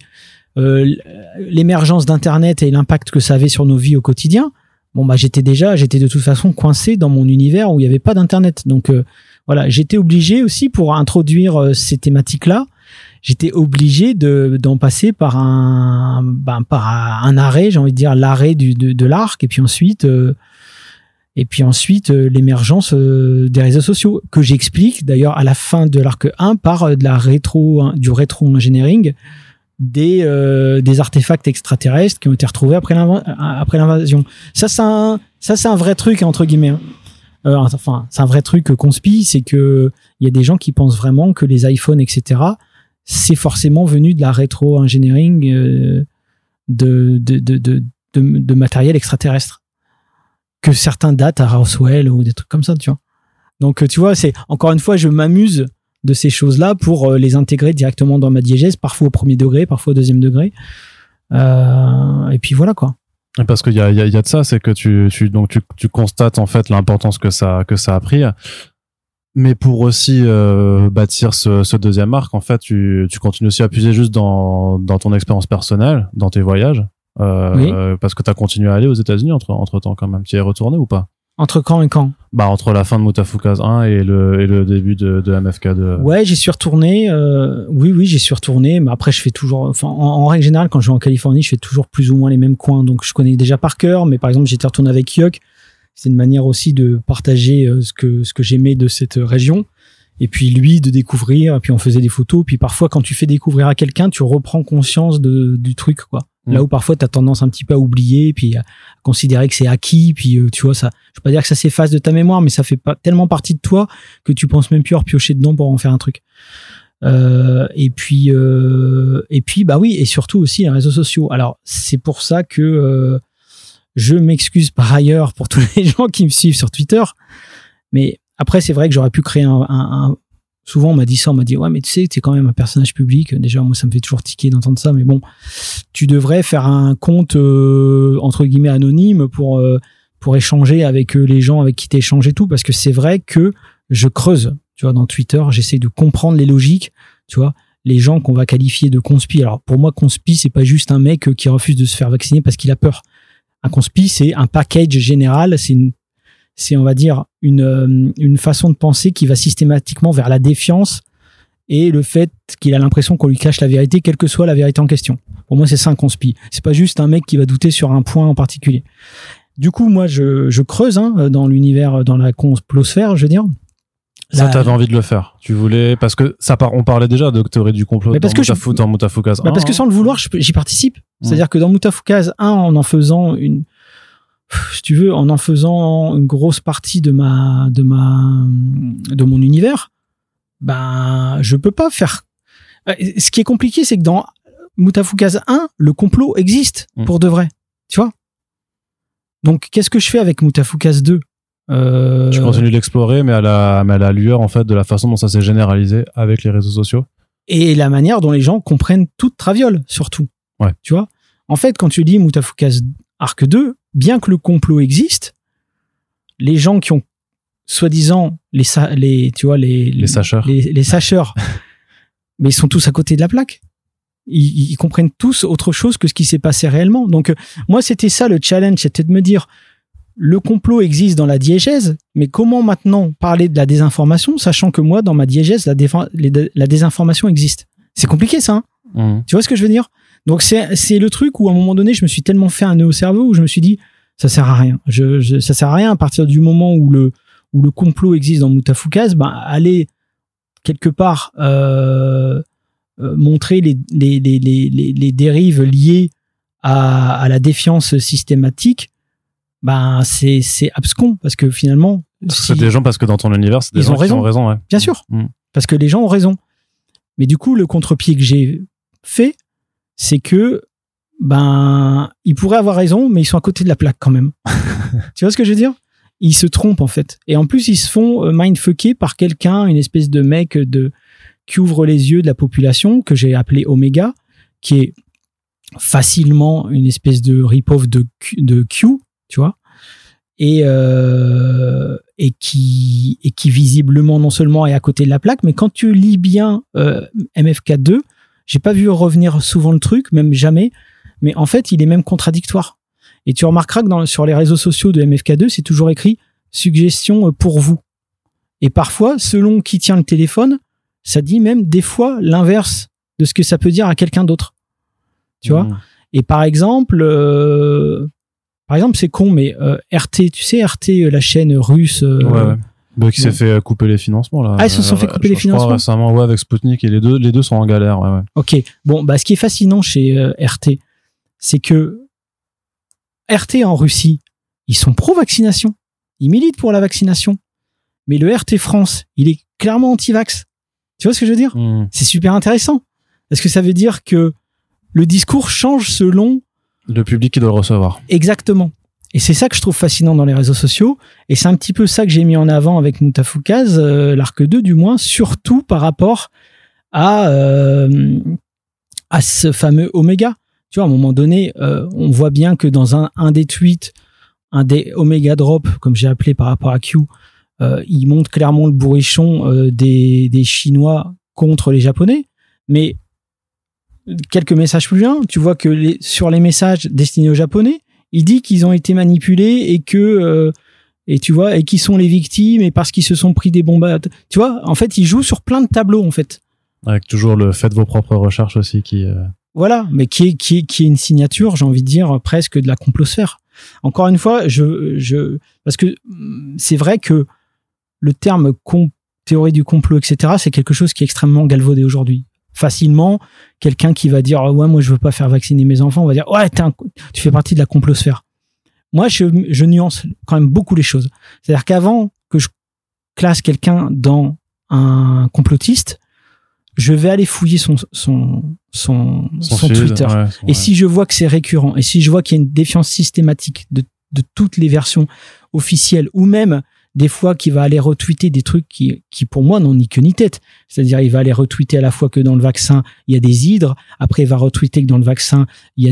l'émergence d'Internet et l'impact que ça avait sur nos vies au quotidien. Bon, j'étais de toute façon coincé dans mon univers où il n'y avait pas d'Internet. Donc, voilà, j'étais obligé aussi pour introduire ces thématiques-là, j'étais obligé d'en passer par un arrêt, j'ai envie de dire l'arrêt de l'arc, et puis ensuite l'émergence des réseaux sociaux, que j'explique d'ailleurs à la fin de l'arc 1 par du rétro-engineering des artefacts extraterrestres qui ont été retrouvés après l'invasion. Ça, c'est un vrai truc, entre guillemets. C'est un vrai truc conspi, c'est que il y a des gens qui pensent vraiment que les iPhones, etc., c'est forcément venu de la rétro-engineering de matériel extraterrestre. Que certains datent à Roswell ou des trucs comme ça, tu vois. Donc, tu vois, c'est encore une fois, je m'amuse de ces choses-là pour les intégrer directement dans ma diégèse, parfois au premier degré, parfois au deuxième degré. Et puis voilà, quoi. Parce qu'il y a de ça, c'est que tu constates en fait l'importance que ça a pris. Mais pour aussi bâtir ce deuxième arc, en fait, tu continues aussi à puiser juste dans ton expérience personnelle, dans tes voyages. Oui. Parce que tu as continué à aller aux États-Unis entre temps quand même. Tu y es retourné ou pas? Entre quand et quand? Entre la fin de Mutafukaz 1 et le début de MFK2. Ouais, j'y suis retourné. Oui, j'y suis retourné. Mais après, je fais toujours, en règle générale, quand je vais en Californie, je fais toujours plus ou moins les mêmes coins. Donc, je connais déjà par cœur. Mais par exemple, j'étais retourné avec Yuck. C'est une manière aussi de partager ce que j'aimais de cette région. Et puis lui, de découvrir. Et puis on faisait des photos. Puis parfois, quand tu fais découvrir à quelqu'un, tu reprends conscience du truc, quoi. Là où parfois t'as tendance un petit peu à oublier, puis à considérer que c'est acquis, puis tu vois, ça, je veux pas dire que ça s'efface de ta mémoire, mais ça fait pas tellement partie de toi que tu penses même plus à repiocher dedans pour en faire un truc. Et puis oui, et surtout aussi les réseaux sociaux. Alors c'est pour ça que je m'excuse par ailleurs pour tous les gens qui me suivent sur Twitter, mais après c'est vrai que j'aurais pu créer un souvent on m'a dit ça, on m'a dit ouais mais tu sais t'es quand même un personnage public. Déjà moi ça me fait toujours tiquer d'entendre ça, mais bon, tu devrais faire un compte entre guillemets anonyme pour échanger avec les gens avec qui t'échanges et tout, parce que c'est vrai que je creuse, tu vois, dans Twitter, j'essaie de comprendre les logiques, tu vois, les gens qu'on va qualifier de conspi. Alors pour moi conspi c'est pas juste un mec qui refuse de se faire vacciner parce qu'il a peur. Un conspi c'est un package général, c'est on va dire une façon de penser qui va systématiquement vers la défiance et le fait qu'il a l'impression qu'on lui cache la vérité, quelle que soit la vérité en question. Pour moi, c'est ça un conspi. C'est pas juste un mec qui va douter sur un point en particulier. Du coup, moi, je creuse dans l'univers, dans la complosphère, je veux dire. Ça, t'avais envie de le faire. Tu voulais, parce que on parlait déjà de théorie du complot dans Moutafoukaz 1. Parce que sans le vouloir, j'y participe. C'est-à-dire que dans Moutafoukaz 1, en faisant une grosse partie de mon univers, ben, je peux pas faire. Ce qui est compliqué, c'est que dans Moutafoukaz 1, le complot existe pour de vrai. Tu vois? Donc, qu'est-ce que je fais avec Moutafoukaz 2? Tu continues de l'explorer, mais à la lueur, en fait, de la façon dont ça s'est généralisé avec les réseaux sociaux. Et la manière dont les gens comprennent toute Traviole, surtout. Ouais. Tu vois? En fait, quand tu dis Moutafoukaz Arc 2, bien que le complot existe, les gens qui ont soi-disant les sacheurs, mais ils sont tous à côté de la plaque. Ils comprennent tous autre chose que ce qui s'est passé réellement. Donc moi c'était ça le challenge, c'était de me dire le complot existe dans la diégèse, mais comment maintenant parler de la désinformation, sachant que moi dans ma diégèse la désinformation existe. C'est compliqué ça. Tu vois ce que je veux dire? Donc c'est le truc où à un moment donné je me suis tellement fait un nœud au cerveau où je me suis dit ça sert à rien. Ça sert à rien à partir du moment où le complot existe dans Moutafoukaz, ben aller quelque part montrer les dérives liées à la défiance systématique, ben c'est abscon parce que finalement c'est des gens, parce que dans ton univers c'est des gens qui ont raison, ouais. Bien sûr, parce que les gens ont raison. Mais du coup le contre-pied que j'ai fait, c'est que ben ils pourraient avoir raison, mais ils sont à côté de la plaque quand même. Tu vois ce que je veux dire? Ils se trompent en fait, et en plus ils se font mindfucker par quelqu'un, une espèce de mec qui ouvre les yeux de la population que j'ai appelé Omega, qui est facilement une espèce de rip-off de Q, tu vois, et qui visiblement non seulement est à côté de la plaque, mais quand tu lis bien MFK2, j'ai pas vu revenir souvent le truc, même jamais, mais en fait il est même contradictoire. Et tu remarqueras que sur les réseaux sociaux de MFK2, c'est toujours écrit suggestion pour vous. Et parfois, selon qui tient le téléphone, ça dit même des fois l'inverse de ce que ça peut dire à quelqu'un d'autre. Tu vois? Et par exemple, c'est con, mais RT, tu sais, RT, la chaîne russe. Ouais. Qui s'est fait couper les financements là. Ah, ils se sont fait couper les financements. Récemment, avec Sputnik, et les deux sont en galère. Ouais. Ok. Bon, ce qui est fascinant chez RT, c'est que RT en Russie, ils sont pro-vaccination. Ils militent pour la vaccination. Mais le RT France, il est clairement anti-vax. Tu vois ce que je veux dire? C'est super intéressant. Parce que ça veut dire que le discours change selon le public qui doit le recevoir. Exactement. Et c'est ça que je trouve fascinant dans les réseaux sociaux. Et c'est un petit peu ça que j'ai mis en avant avec Moutafoukaz, l'arc 2 du moins, surtout par rapport à ce fameux Oméga. Tu vois, à un moment donné, on voit bien que dans un des tweets, un des Omega Drop, comme j'ai appelé par rapport à Q, il montre clairement le bourrichon des Chinois contre les Japonais. Mais quelques messages plus loin, tu vois que sur les messages destinés aux Japonais, il dit qu'ils ont été manipulés et que et tu vois, et qui sont les victimes et parce qu'ils se sont pris des bombes. Tu vois, en fait, il joue sur plein de tableaux en fait. Avec toujours le faites vos propres recherches aussi qui. Voilà, mais qui est une signature, j'ai envie de dire presque de la complosphère. Encore une fois, parce que c'est vrai que le terme théorie du complot, etc., c'est quelque chose qui est extrêmement galvaudé aujourd'hui. Facilement, quelqu'un qui va dire ouais, moi je veux pas faire vacciner mes enfants, on va dire ouais, tu fais partie de la complosphère. Moi, je nuance quand même beaucoup les choses. C'est-à-dire qu'avant que je classe quelqu'un dans un complotiste, je vais aller fouiller son Twitter. Ouais. Et si je vois que c'est récurrent, et si je vois qu'il y a une défiance systématique de toutes les versions officielles, ou même des fois qui va aller retweeter des trucs qui pour moi n'ont ni queue ni tête. C'est-à-dire, il va aller retweeter à la fois que dans le vaccin, il y a des hydres. Après, il va retweeter que dans le vaccin, il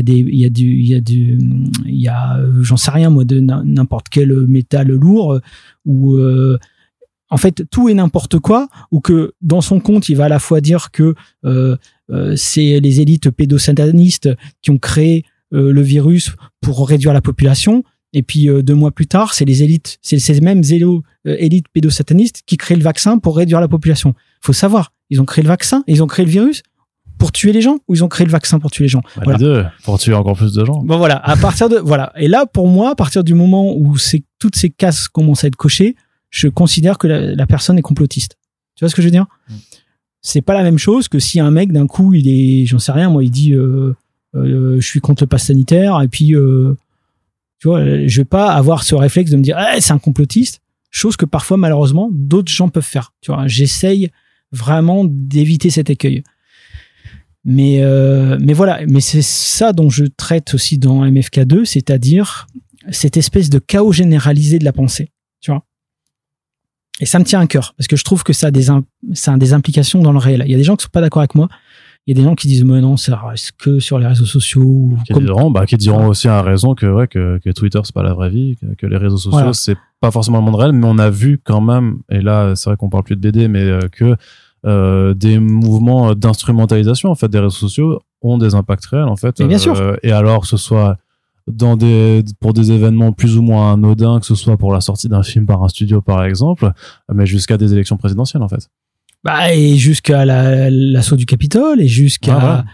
y a j'en sais rien, moi, de n'importe quel métal lourd, ou, en fait, tout et n'importe quoi, ou que dans son compte, il va à la fois dire que, c'est les élites pédosatanistes qui ont créé le virus pour réduire la population. Et puis 2 mois plus tard, c'est ces mêmes élites pédosatanistes qui créent le vaccin pour réduire la population. Faut savoir, ils ont créé le vaccin, ils ont créé le virus pour tuer les gens, ou ils ont créé le vaccin pour tuer les gens. Les deux, pour tuer encore plus de gens. Bon voilà, Et là, pour moi, à partir du moment où toutes ces cases commencent à être cochées, je considère que la personne est complotiste. Tu vois ce que je veux dire ? C'est pas la même chose que si un mec d'un coup, j'en sais rien, moi, il dit je suis contre le pass sanitaire, et puis tu vois, je vais pas avoir ce réflexe de me dire c'est un complotiste, chose que parfois malheureusement d'autres gens peuvent faire. Tu vois, j'essaye vraiment d'éviter cet écueil. Mais voilà, mais c'est ça dont je traite aussi dans MFK2, c'est-à-dire cette espèce de chaos généralisé de la pensée, tu vois. Et ça me tient à cœur parce que je trouve que ça a des implications dans le réel. Il y a des gens qui sont pas d'accord avec moi. Il y a des gens qui disent mais non, ça reste que sur les réseaux sociaux. Qui diront aussi à raison que Twitter c'est pas la vraie vie, que les réseaux sociaux c'est pas forcément le monde réel, mais on a vu quand même, et là c'est vrai qu'on parle plus de BD, mais que des mouvements d'instrumentalisation en fait des réseaux sociaux ont des impacts réels en fait. Et bien sûr. Et alors que ce soit pour des événements plus ou moins anodins, que ce soit pour la sortie d'un film par un studio par exemple, mais jusqu'à des élections présidentielles en fait. Et jusqu'à l'assaut du Capitole, et jusqu'à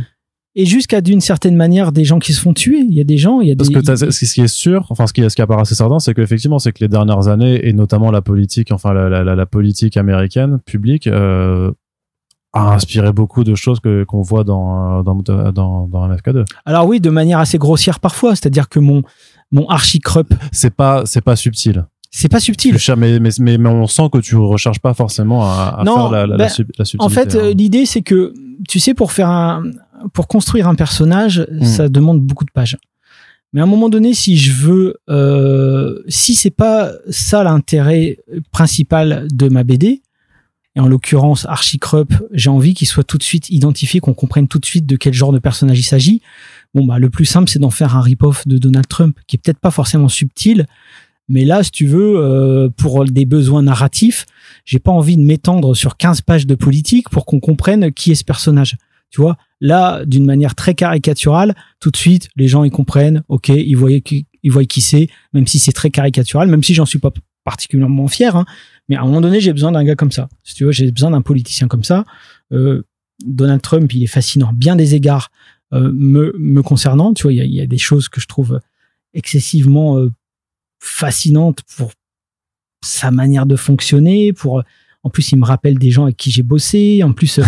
d'une certaine manière des gens qui se font tuer. Il y a des gens, parce que ce qui est sûr, enfin ce qui apparaît assez certain, c'est qu'effectivement, c'est que les dernières années, et notamment la politique, enfin la politique américaine publique, a inspiré beaucoup de choses qu'on voit dans MFK2. Alors oui, de manière assez grossière parfois, c'est-à-dire que mon archicrup, c'est pas subtil. C'est pas subtil. Mais on sent que tu recherches pas forcément à faire la subtilité. En fait, l'idée, c'est que, tu sais, pour construire un personnage, ça demande beaucoup de pages. Mais à un moment donné, si je veux, si c'est pas ça l'intérêt principal de ma BD, et en l'occurrence Archicrup, j'ai envie qu'il soit tout de suite identifié, qu'on comprenne tout de suite de quel genre de personnage il s'agit. Bon, le plus simple, c'est d'en faire un rip-off de Donald Trump, qui est peut-être pas forcément subtil. Mais là, si tu veux, pour des besoins narratifs, j'ai pas envie de m'étendre sur 15 pages de politique pour qu'on comprenne qui est ce personnage. Tu vois, là, d'une manière très caricaturale, tout de suite, les gens, ils comprennent, ok, ils voient qui c'est, même si c'est très caricatural, même si j'en suis pas particulièrement fier, hein. Mais à un moment donné, j'ai besoin d'un gars comme ça. Si tu veux, j'ai besoin d'un politicien comme ça. Donald Trump, il est fascinant, bien des égards, me concernant. Tu vois, il y a des choses que je trouve excessivement fascinante pour sa manière de fonctionner, en plus il me rappelle des gens avec qui j'ai bossé, en plus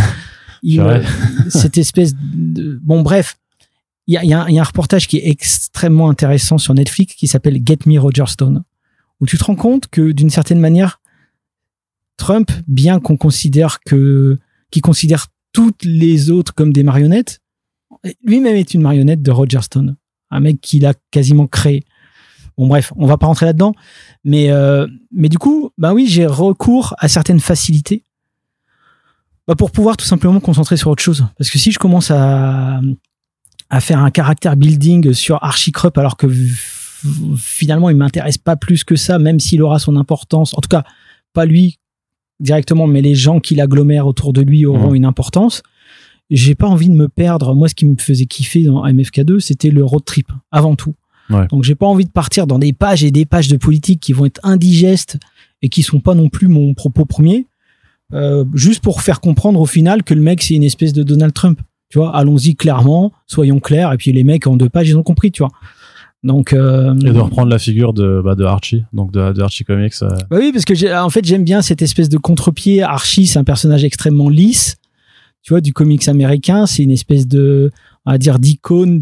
cette espèce de bref, il y a un reportage qui est extrêmement intéressant sur Netflix qui s'appelle Get Me Roger Stone, où tu te rends compte que d'une certaine manière Trump, bien qu'il considère toutes les autres comme des marionnettes, lui-même est une marionnette de Roger Stone, un mec qu'il a quasiment créé. Bon bref, on va pas rentrer là-dedans, mais du coup, oui, j'ai recours à certaines facilités pour pouvoir tout simplement me concentrer sur autre chose. Parce que si je commence à faire un caractère building sur Archicrup alors que finalement il m'intéresse pas plus que ça, même s'il aura son importance, en tout cas pas lui directement, mais les gens qui l'agglomèrent autour de lui auront une importance. J'ai pas envie de me perdre. Moi, ce qui me faisait kiffer dans MFK2, c'était le road trip avant tout. Ouais. Donc j'ai pas envie de partir dans des pages et des pages de politique qui vont être indigestes et qui sont pas non plus mon propos premier, juste pour faire comprendre au final que le mec c'est une espèce de Donald Trump, tu vois. Allons-y clairement, soyons clairs, et puis les mecs en 2 pages ils ont compris, tu vois. Donc et de reprendre la figure de Archie, donc de Archie Comics. Bah oui, parce que j'aime bien cette espèce de contre-pied. Archie, c'est un personnage extrêmement lisse, tu vois, du comics américain. C'est une espèce de, on va dire, d'icône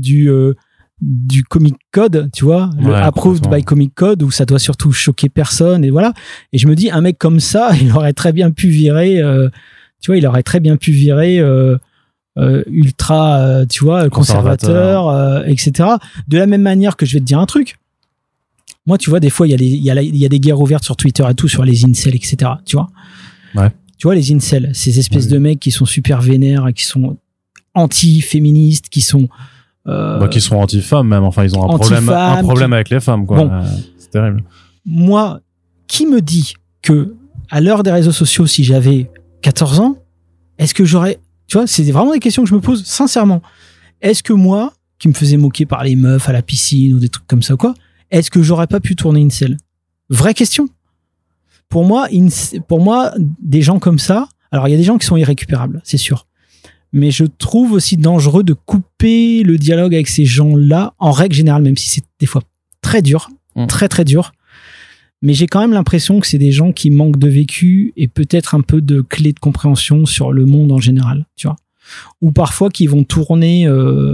du comic code, tu vois, le approved by comic code, où ça doit surtout choquer personne, et voilà. Et je me dis, un mec comme ça, il aurait très bien pu virer, ultra, tu vois, conservateur, etc. De la même manière que je vais te dire un truc. Moi, tu vois, des fois, il y a des guerres ouvertes sur Twitter et tout, sur les incels, etc. Tu vois. Ouais. Tu vois, les incels, ces espèces de mecs qui sont super vénères et qui sont anti-féministes, qui sont... qui sont anti-femmes même. Enfin, ils ont un problème avec les femmes, quoi. Bon. C'est terrible. Moi, qui me dit que à l'heure des réseaux sociaux, si j'avais 14 ans, est-ce que j'aurais... Tu vois, c'est vraiment des questions que je me pose sincèrement. Est-ce que moi, qui me faisais moquer par les meufs à la piscine ou des trucs comme ça, quoi, est-ce que j'aurais pas pu tourner incel? Vraie question. Pour moi, des gens comme ça, alors il y a des gens qui sont irrécupérables, c'est sûr. Mais je trouve aussi dangereux de couper le dialogue avec ces gens-là, en règle générale, même si c'est des fois très dur, très très dur. Mais j'ai quand même l'impression que c'est des gens qui manquent de vécu et peut-être un peu de clés de compréhension sur le monde en général, tu vois. Ou parfois qui vont tourner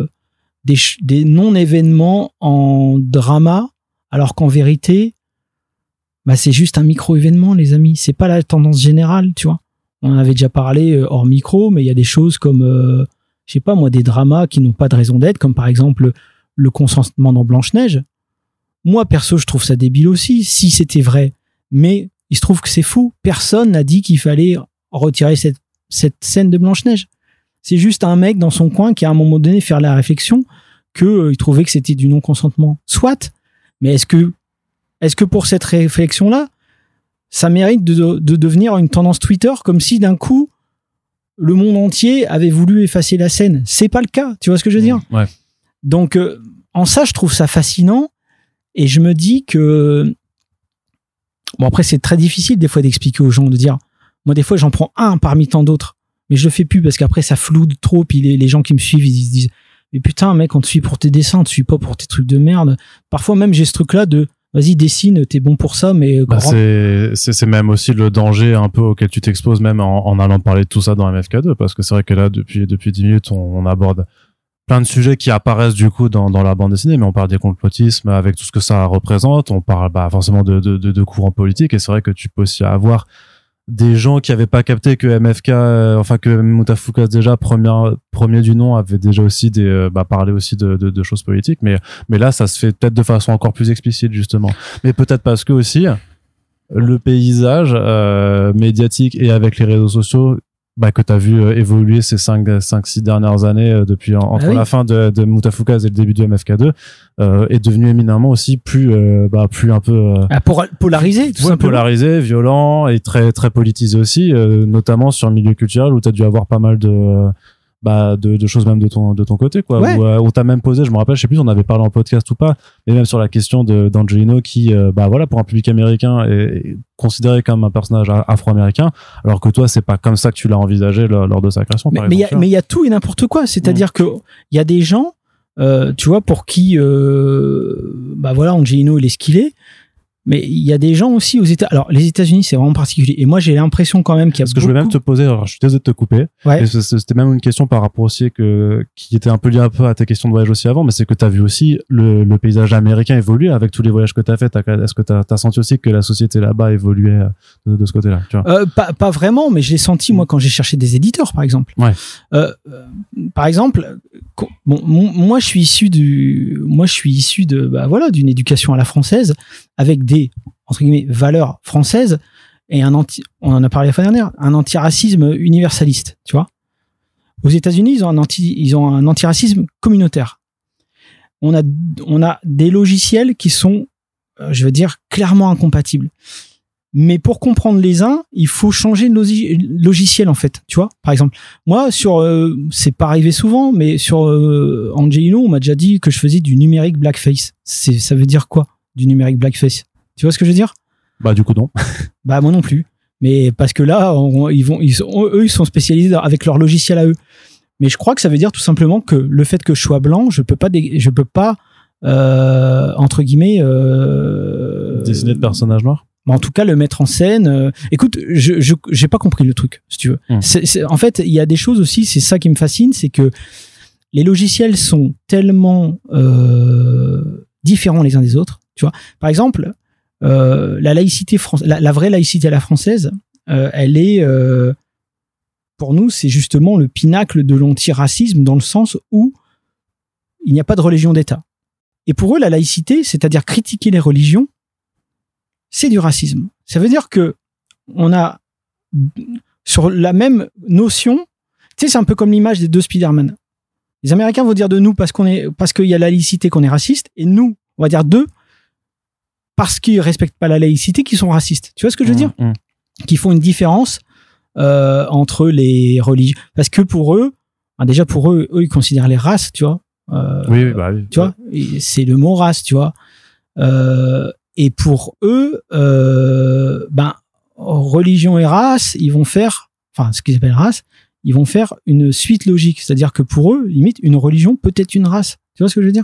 des non-événements en drama, alors qu'en vérité, bah c'est juste un micro-événement, les amis. C'est pas la tendance générale, tu vois. On en avait déjà parlé hors micro, mais il y a des choses comme, je sais pas moi, des dramas qui n'ont pas de raison d'être, comme par exemple le consentement dans Blanche-Neige. Moi, perso, je trouve ça débile aussi, si c'était vrai. Mais il se trouve que c'est faux. Personne n'a dit qu'il fallait retirer cette scène de Blanche-Neige. C'est juste un mec dans son coin qui, à un moment donné, faire la réflexion qu'il trouvait que c'était du non-consentement. Soit, mais est-ce que pour cette réflexion-là, ça mérite de devenir une tendance Twitter, comme si d'un coup, le monde entier avait voulu effacer la scène? C'est pas le cas, tu vois ce que je veux dire? Ouais. Donc, en ça, je trouve ça fascinant, et je me dis que... Bon, après, c'est très difficile des fois d'expliquer aux gens, de dire... Moi, des fois, j'en prends un parmi tant d'autres, mais je le fais plus, parce qu'après, ça floude trop, puis les gens qui me suivent, ils se disent « Mais putain, mec, on te suit pour tes dessins, on te suit pas pour tes trucs de merde. » Parfois, même, j'ai ce truc-là de... Vas-y, dessine, t'es bon pour ça, mais... c'est même aussi le danger un peu auquel tu t'exposes, même en allant parler de tout ça dans MFK2, parce que c'est vrai que là, depuis 10 minutes, on aborde plein de sujets qui apparaissent du coup dans la bande dessinée, mais on parle des complotismes avec tout ce que ça représente, on parle forcément de courants politiques, et c'est vrai que tu peux aussi avoir des gens qui avaient pas capté que MFK, que Mutafuka déjà premier du nom avait déjà aussi parlé aussi de choses politiques, mais là ça se fait peut-être de façon encore plus explicite justement, mais peut-être parce que aussi le paysage médiatique et avec les réseaux sociaux que t'as vu évoluer ces 5-6 dernières années depuis entre la fin de Mutafukaz et le début du MFK2 est devenu éminemment aussi plus un peu polarisé, tout simplement. Polarisé, violent et très très politisé aussi, notamment sur le milieu culturel où t'as dû avoir pas mal de choses même de ton côté, quoi. Ouais. Où t'as même posé, je me rappelle, je sais plus, on avait parlé en podcast ou pas, mais même sur la question d'Angelino qui, pour un public américain est considéré comme un personnage afro-américain, alors que toi, c'est pas comme ça que tu l'as envisagé lors de sa création. Mais il y a tout et n'importe quoi. C'est-à-dire que il y a des gens, tu vois, pour qui, Angelino, il est ce qu'il est. Mais il y a des gens aussi aux États. Alors, les États-Unis, c'est vraiment particulier. Et moi, j'ai l'impression quand même qu'il y a Parce que je voulais même te poser, alors je suis désolé de te couper. Ouais. Et c'était même une question par rapport aussi qui était un peu liée un peu à tes questions de voyage aussi avant, mais c'est que t'as vu aussi le paysage américain évoluer avec tous les voyages que t'as fait. Est-ce que t'as senti aussi que la société là-bas évoluait de ce côté-là, tu vois? Pas vraiment, mais je l'ai senti, moi, quand j'ai cherché des éditeurs, par exemple. Ouais. Par exemple, moi, je suis issu d'une éducation à la française, avec des, entre guillemets, valeurs françaises et on en a parlé la fois dernière, un antiracisme universaliste, tu vois. Aux États-Unis, ils ont un antiracisme communautaire. On a des logiciels qui sont, je veux dire, clairement incompatibles. Mais pour comprendre les uns, il faut changer de logiciel, en fait, tu vois. Par exemple, moi, c'est pas arrivé souvent, mais sur Angelino, on m'a déjà dit que je faisais du numérique blackface. Ça veut dire quoi, du numérique blackface? Tu vois ce que je veux dire? Du coup, non. Moi non plus. Mais parce que là, ils sont spécialisés avec leur logiciel à eux. Mais je crois que ça veut dire tout simplement que le fait que je sois blanc, je peux pas entre guillemets dessiner de personnages noirs. En tout cas, le mettre en scène. Écoute, j'ai pas compris le truc, si tu veux. En fait, il y a des choses aussi. C'est ça qui me fascine, c'est que les logiciels sont tellement différents les uns des autres. Tu vois, par exemple, la laïcité la vraie laïcité à la française, elle est pour nous, c'est justement le pinacle de l'antiracisme dans le sens où il n'y a pas de religion d'État. Et pour eux, la laïcité, c'est-à-dire critiquer les religions, c'est du racisme. Ça veut dire que on a sur la même notion, tu sais, c'est un peu comme l'image des deux Spider-Man. Les Américains vont dire de nous parce qu'il y a la laïcité qu'on est raciste, et nous, on va dire d'eux parce qu'ils respectent pas la laïcité qu'ils sont racistes. Tu vois ce que je veux dire? Qui font une différence entre les religions, parce que pour eux, déjà pour eux ils considèrent les races, tu vois. Oui. Tu vois, et c'est le mot race, tu vois. Et pour eux, religion et race, ils vont faire, enfin, ce qu'ils appellent race, ils vont faire une suite logique. C'est-à-dire que pour eux, limite, une religion peut être une race. Tu vois ce que je veux dire?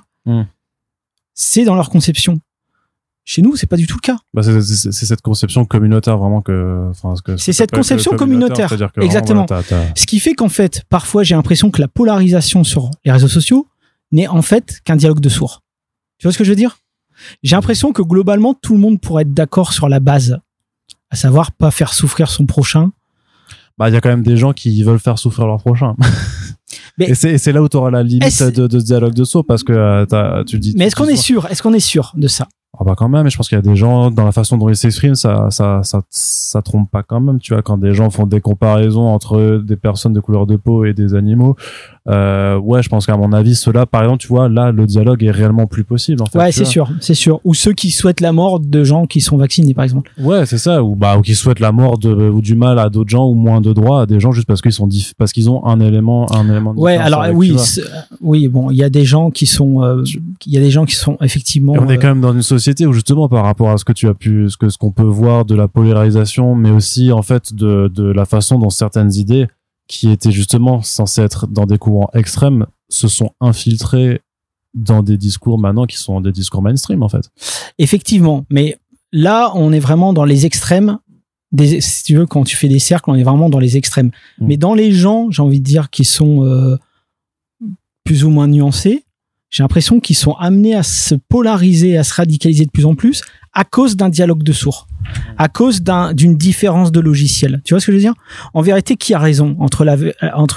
C'est dans leur conception. Chez nous, c'est pas du tout le cas. C'est cette conception communautaire vraiment c'est cette conception communautaire. Exactement. Ce qui fait qu'en fait, parfois, j'ai l'impression que la polarisation sur les réseaux sociaux n'est en fait qu'un dialogue de sourds. Tu vois ce que je veux dire? J'ai l'impression que globalement, tout le monde pourrait être d'accord sur la base, à savoir pas faire souffrir son prochain. Il y a quand même des gens qui veulent faire souffrir leur prochain. Mais et c'est là où tu auras la limite de ce dialogue de sourds, parce que tu dis. Mais est-ce qu'on est sûr de ça? Quand même, et je pense qu'il y a des gens, dans la façon dont ils s'expriment, ça trompe pas quand même, tu vois, quand des gens font des comparaisons entre des personnes de couleur de peau et des animaux. Je pense qu'à mon avis, ceux-là, par exemple, tu vois, là, le dialogue est réellement plus possible, en fait. Ouais, c'est sûr. Ou ceux qui souhaitent la mort de gens qui sont vaccinés, par exemple. Ouais, c'est ça. Ou qui souhaitent la mort ou du mal à d'autres gens, ou moins de droits à des gens juste parce qu'ils ont un élément de ouais, alors, avec, oui, bon, il y a des gens qui sont, effectivement. Et on est quand même dans une société où, justement, par rapport à ce qu'on peut voir de la polarisation, mais aussi, en fait, de la façon dont certaines idées qui étaient justement censés être dans des courants extrêmes se sont infiltrés dans des discours maintenant qui sont des discours mainstream, en fait. Effectivement, mais là, on est vraiment dans les extrêmes. Si tu veux, quand tu fais des cercles, on est vraiment dans les extrêmes. Mais dans les gens, j'ai envie de dire, qui sont plus ou moins nuancés, j'ai l'impression qu'ils sont amenés à se polariser, à se radicaliser de plus en plus à cause d'un dialogue de sourds, à cause d'une différence de logiciel. Tu vois ce que je veux dire? En vérité, qui a raison entre la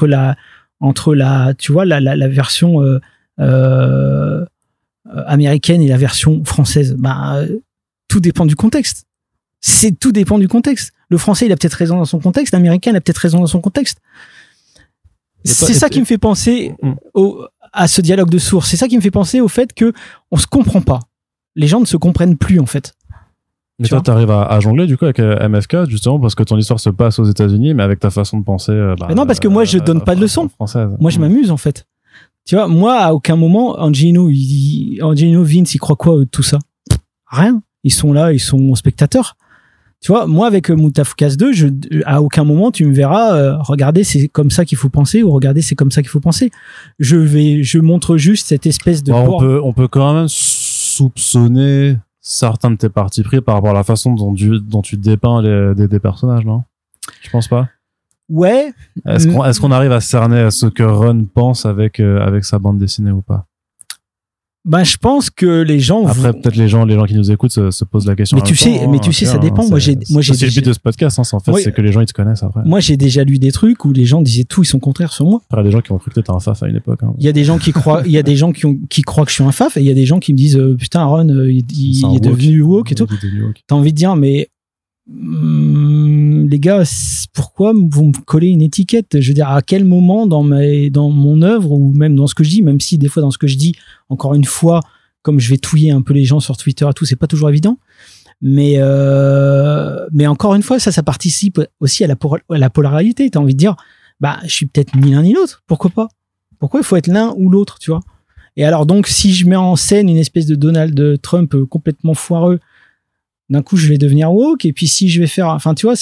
tu vois, la version américaine et la version française? Tout dépend du contexte. Tout dépend du contexte. Le français, il a peut-être raison dans son contexte. L'américain, il a peut-être raison dans son contexte. C'est ça qui me fait penser à ce dialogue de sourds. C'est ça qui me fait penser au fait que on se comprend pas. Les gens ne se comprennent plus, en fait. Mais toi, t'arrives à jongler, du coup, avec MFK, justement, parce que ton histoire se passe aux États-Unis, mais avec ta façon de penser. Mais non, parce que moi, je donne pas de leçons. Française. Moi, je m'amuse, en fait. Tu vois, moi, à aucun moment, Angelino, Vince, il croit quoi, tout ça? Rien. Ils sont là, ils sont spectateurs. Tu vois, moi, avec Moutafoukas 2, à aucun moment, tu me verras, regardez, c'est comme ça qu'il faut penser, ou regardez, c'est comme ça qu'il faut penser. Je montre juste cette espèce de... On peut quand même soupçonner certains de tes partis pris par rapport à la façon dont tu dépeins des personnages, non? Je pense pas. Ouais. Est-ce qu'on arrive à cerner ce que Ron pense avec sa bande dessinée ou pas? Je pense que les gens. Après, peut-être les gens qui nous écoutent se posent la question. Mais tu sais, ça dépend. Moi, j'ai. C'est le but de ce podcast, en fait, c'est que les gens ils te connaissent après. Moi, j'ai déjà lu des trucs où les gens disaient tout, ils sont contraires sur moi. Après, il y a des gens qui ont cru que t'étais un faf à une époque. Il y a des gens qui croient, qui croient que je suis un faf, et il y a des gens qui me disent, putain, Aaron, il est devenu woke et tout. T'as envie de dire, mais les gars, pourquoi vous me collez une étiquette? Je veux dire, à quel moment dans mon œuvre, ou même dans ce que je dis, même si des fois dans ce que je dis, encore une fois, comme je vais touiller un peu les gens sur Twitter et tout, c'est pas toujours évident, mais encore une fois, ça participe aussi à la polarité. T'as envie de dire, je suis peut-être ni l'un ni l'autre, pourquoi pas? Pourquoi il faut être l'un ou l'autre, tu vois? Et alors donc, si je mets en scène une espèce de Donald Trump complètement foireux, d'un coup, je vais devenir woke, et puis si je vais faire, enfin, tu vois,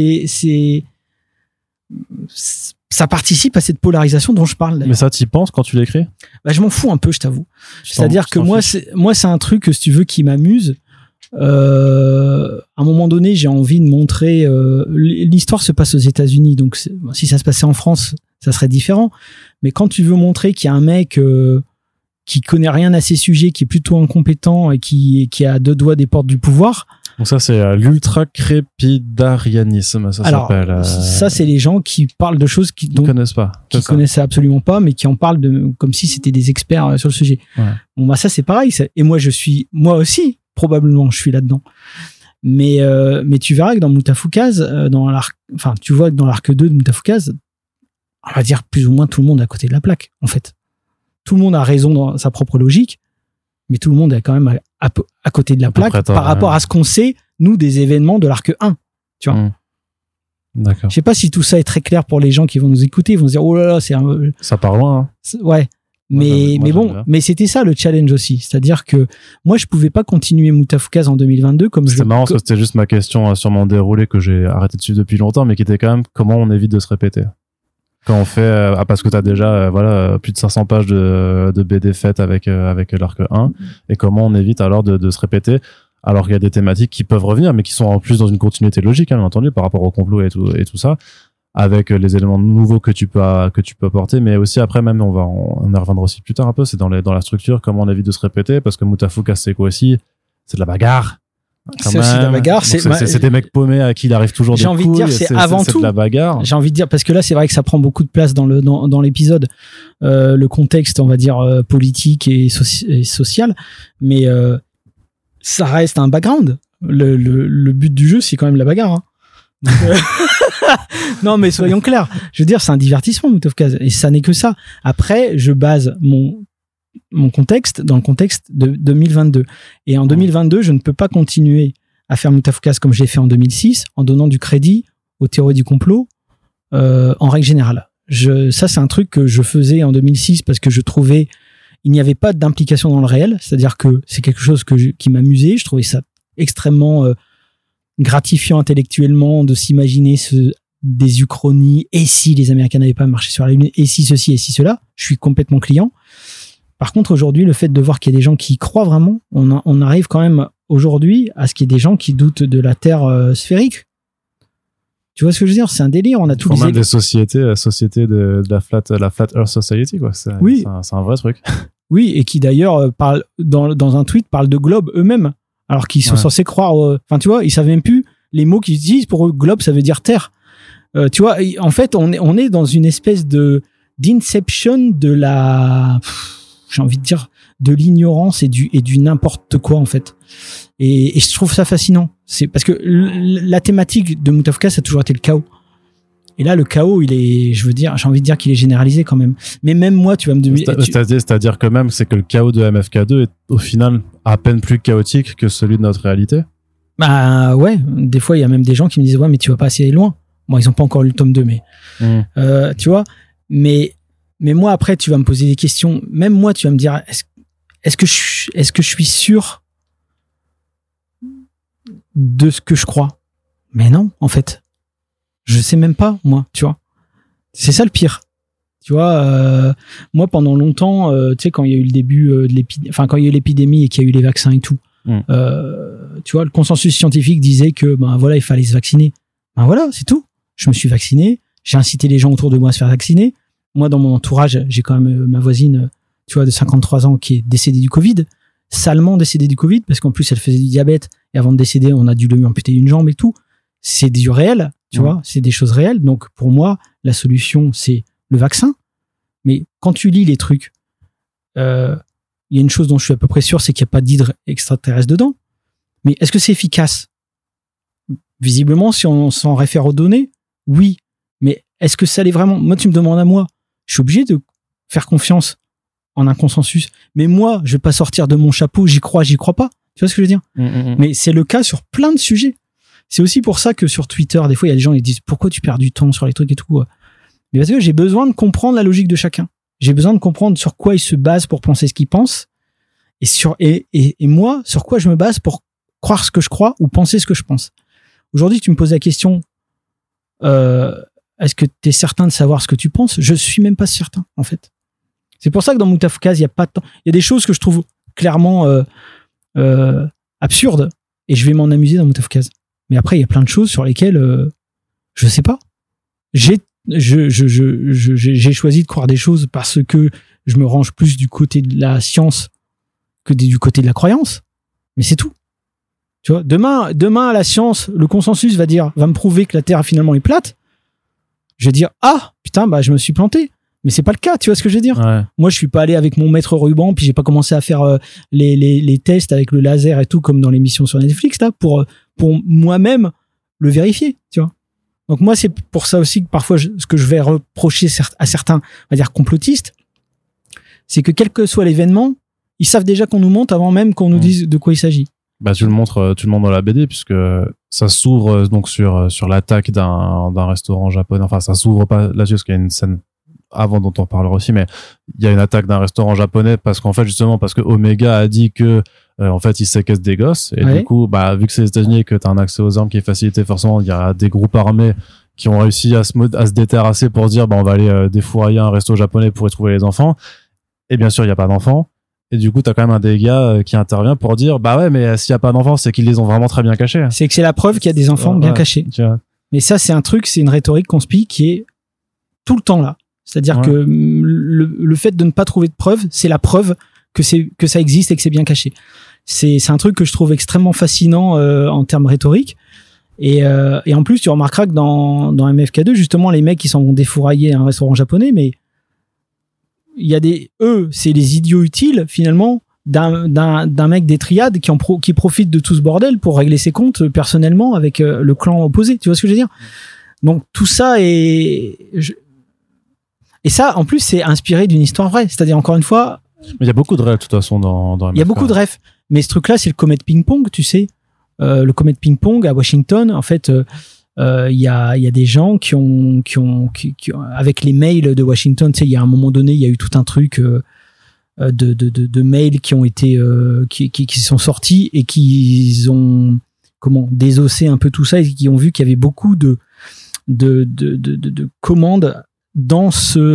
ça participe à cette polarisation dont je parle. D'ailleurs. Mais ça, t'y penses quand tu l'écris? Je m'en fous un peu, je t'avoue. C'est-à-dire que moi, c'est un truc, si tu veux, qui m'amuse. À un moment donné, j'ai envie de montrer. L'histoire se passe aux États-Unis, donc si ça se passait en France, ça serait différent. Mais quand tu veux montrer qu'il y a un mec qui connaît rien à ces sujets, qui est plutôt incompétent et qui a deux doigts des portes du pouvoir. Donc ça, c'est l'ultra-crépidarianisme, ça s'appelle. Ça, c'est les gens qui parlent de choses qui connaissent pas. Qui connaissaient absolument pas, mais qui en parlent comme si c'était des experts sur le sujet. Ouais. Bon, ça, c'est pareil. Et moi aussi, probablement, je suis là-dedans. Mais tu verras que dans Mutafukaz, tu vois que dans l'arc 2 de Mutafukaz, on va dire plus ou moins tout le monde est à côté de la plaque, en fait. Tout le monde a raison dans sa propre logique, mais tout le monde est quand même à côté de la plaque par rapport à ce qu'on sait, nous, des événements de l'arc 1. Tu vois. D'accord. Je sais pas si tout ça est très clair pour les gens qui vont nous écouter. Ils vont se dire, oh là là, ça part loin. Hein. Ouais. Mais c'était ça le challenge aussi. C'est-à-dire que moi, je pouvais pas continuer Mutafukaz en 2022 comme C'était marrant, c'était juste ma question sur mon déroulé que j'ai arrêté de suivre depuis longtemps, mais qui était quand même comment on évite de se répéter. Quand on fait, parce que t'as déjà, plus de 500 pages de BD faites avec l'arc 1, et comment on évite alors de se répéter, alors qu'il y a des thématiques qui peuvent revenir, mais qui sont en plus dans une continuité logique, hein, bien entendu, par rapport au complot et tout ça, avec les éléments nouveaux que tu peux apporter, mais aussi après même, on y reviendra aussi plus tard un peu, c'est dans la structure, comment on évite de se répéter, parce que Mutafukaz, c'est quoi aussi? C'est de la bagarre. C'est aussi de la bagarre. C'est des mecs paumés à qui il arrive toujours des coups. J'ai envie de dire, c'est avant tout de la bagarre. J'ai envie de dire, parce que là, c'est vrai que ça prend beaucoup de place dans l'épisode, le contexte, on va dire, politique et social, mais ça reste un background. Le but du jeu, c'est quand même la bagarre. Hein. Donc, non, mais soyons clairs. Je veux dire, c'est un divertissement, Mutafukaz, et ça n'est que ça. Après, je base mon contexte dans le contexte de 2022. Et en 2022, je ne peux pas continuer à faire Mutafukaz comme je l'ai fait en 2006 en donnant du crédit aux théories du complot en règle générale. Ça, c'est un truc que je faisais en 2006 parce que je trouvais il n'y avait pas d'implication dans le réel, c'est-à-dire que c'est quelque chose qui m'amusait. Je trouvais ça extrêmement gratifiant intellectuellement de s'imaginer des uchronies, et si les Américains n'avaient pas marché sur la Lune, et si ceci, et si cela. Je suis complètement client. Par contre, aujourd'hui, le fait de voir qu'il y a des gens qui y croient vraiment, on arrive quand même aujourd'hui à ce qu'il y ait des gens qui doutent de la Terre sphérique. Tu vois ce que je veux dire? C'est un délire. On a tous les des sociétés de la Flat Earth Society, quoi. C'est un vrai truc. Oui, et qui d'ailleurs parle dans un tweet parle de globe eux-mêmes, alors qu'ils sont censés croire. Enfin, tu vois, ils savent même plus les mots qu'ils utilisent. Pour eux, globe, ça veut dire Terre. Tu vois, en fait, on est dans une espèce d'inception de la. J'ai envie de dire de l'ignorance et du n'importe quoi, en fait. Et je trouve ça fascinant. C'est parce que la thématique de Mutafukaz, ça a toujours été le chaos. Et là, le chaos, j'ai envie de dire qu'il est généralisé quand même. Mais même moi, tu vas me dire... C'est-à-dire que même, c'est que le chaos de MFK2 est au final à peine plus chaotique que celui de notre réalité. Bah ouais, des fois, il y a même des gens qui me disent « Ouais, mais tu vas pas assez loin. » Bon, ils ont pas encore lu le tome 2, mais... tu vois, mais moi, après, tu vas me poser des questions. Même moi, tu vas me dire, est-ce que je suis sûr de ce que je crois? Mais non, en fait. Je sais même pas, moi, tu vois. C'est ça le pire. Tu vois, moi, pendant longtemps, tu sais, quand il y a eu le début de l'épidémie, enfin, quand il y a eu l'épidémie et qu'il y a eu les vaccins et tout, tu vois, le consensus scientifique disait que, ben voilà, il fallait se vacciner. Ben voilà, c'est tout. Je me suis vacciné. J'ai incité les gens autour de moi à se faire vacciner. Moi, dans mon entourage, j'ai quand même ma voisine, tu vois, de 53 ans qui est décédée du Covid, salement décédée du Covid, parce qu'en plus, elle faisait du diabète, et avant de décéder, on a dû lui amputer une jambe et tout. C'est du réel, tu vois, c'est des choses réelles. Donc, pour moi, la solution, c'est le vaccin. Mais quand tu lis les trucs, il y a une chose dont je suis à peu près sûr, c'est qu'il n'y a pas d'hydre extraterrestre dedans. Mais est-ce que c'est efficace? Visiblement, si on s'en réfère aux données, oui. Mais est-ce que ça l'est vraiment? Moi, tu me demandes à moi. Je suis obligé de faire confiance en un consensus. Mais moi, je vais pas sortir de mon chapeau, j'y crois pas. Tu vois ce que je veux dire? Mais c'est le cas sur plein de sujets. C'est aussi pour ça que sur Twitter, des fois, il y a des gens qui disent pourquoi tu perds du temps sur les trucs et tout. Mais parce que j'ai besoin de comprendre la logique de chacun. J'ai besoin de comprendre sur quoi il se base pour penser ce qu'il pense. Et moi, sur quoi je me base pour croire ce que je crois ou penser ce que je pense. Aujourd'hui, tu me poses la question, est-ce que tu es certain de savoir ce que tu penses? Je suis même pas certain, en fait. C'est pour ça que dans Mutafukaz, il y a pas de temps. Il y a des choses que je trouve clairement absurdes et je vais m'en amuser dans Mutafukaz. Mais après, il y a plein de choses sur lesquelles je sais pas. J'ai choisi de croire des choses parce que je me range plus du côté de la science que du côté de la croyance. Mais c'est tout. Tu vois, demain, la science, le consensus va me prouver que la Terre finalement est plate. Je vais dire, ah, putain, bah, je me suis planté. Mais c'est pas le cas, tu vois ce que je veux dire? Ouais. Moi, je suis pas allé avec mon maître ruban, puis j'ai pas commencé à faire les tests avec le laser et tout, comme dans l'émission sur Netflix, là, pour pour moi-même le vérifier, tu vois. Donc moi, c'est pour ça aussi que parfois, ce que je vais reprocher à certains, on va dire, complotistes, c'est que quel que soit l'événement, ils savent déjà qu'on nous montre avant même qu'on nous dise de quoi il s'agit. Bah, tu le montres dans la BD, puisque ça s'ouvre donc sur l'attaque d'un restaurant japonais. Enfin, ça s'ouvre pas là-dessus, parce qu'il y a une scène avant dont on parlera aussi, mais il y a une attaque d'un restaurant japonais parce qu'en fait, justement, parce que Omega a dit que, en fait, il séquestre des gosses. Et du coup, bah, vu que c'est les États-Unis et que t'as un accès aux armes qui est facilité, forcément, il y a des groupes armés qui ont réussi à se déterrasser pour se dire, bah, on va aller défourailler un resto japonais pour y trouver les enfants. Et bien sûr, il n'y a pas d'enfants. Et du coup, t'as quand même un des gars qui intervient pour dire, bah ouais, mais s'il n'y a pas d'enfants, c'est qu'ils les ont vraiment très bien cachés. C'est que c'est la preuve qu'il y a des enfants bien cachés. Mais ça, c'est une rhétorique conspi qui est tout le temps là. C'est-à-dire que le fait de ne pas trouver de preuves, c'est la preuve que ça existe et que c'est bien caché. C'est un truc que je trouve extrêmement fascinant en termes rhétoriques. Et en plus, tu remarqueras que dans MFK2, justement, les mecs, ils s'en vont défourailler un restaurant japonais, mais il y a c'est les idiots utiles, finalement, d'un mec des triades qui profite de tout ce bordel pour régler ses comptes personnellement avec le clan opposé. Tu vois ce que je veux dire? Donc, tout ça et ça, en plus, c'est inspiré d'une histoire vraie. C'est-à-dire, encore une fois... Mais il y a beaucoup de rêves, de toute façon, dans MFK. Il y a beaucoup de rêves. Mais ce truc-là, c'est le Comet Ping-Pong, tu sais. Le Comet Ping-Pong à Washington, en fait... il y a des gens qui ont avec les mails de Washington, tu sais, il y a un moment donné, il y a eu tout un truc de mails qui ont été qui sont sortis et qui ont désossé un peu tout ça et qui ont vu qu'il y avait beaucoup de commandes dans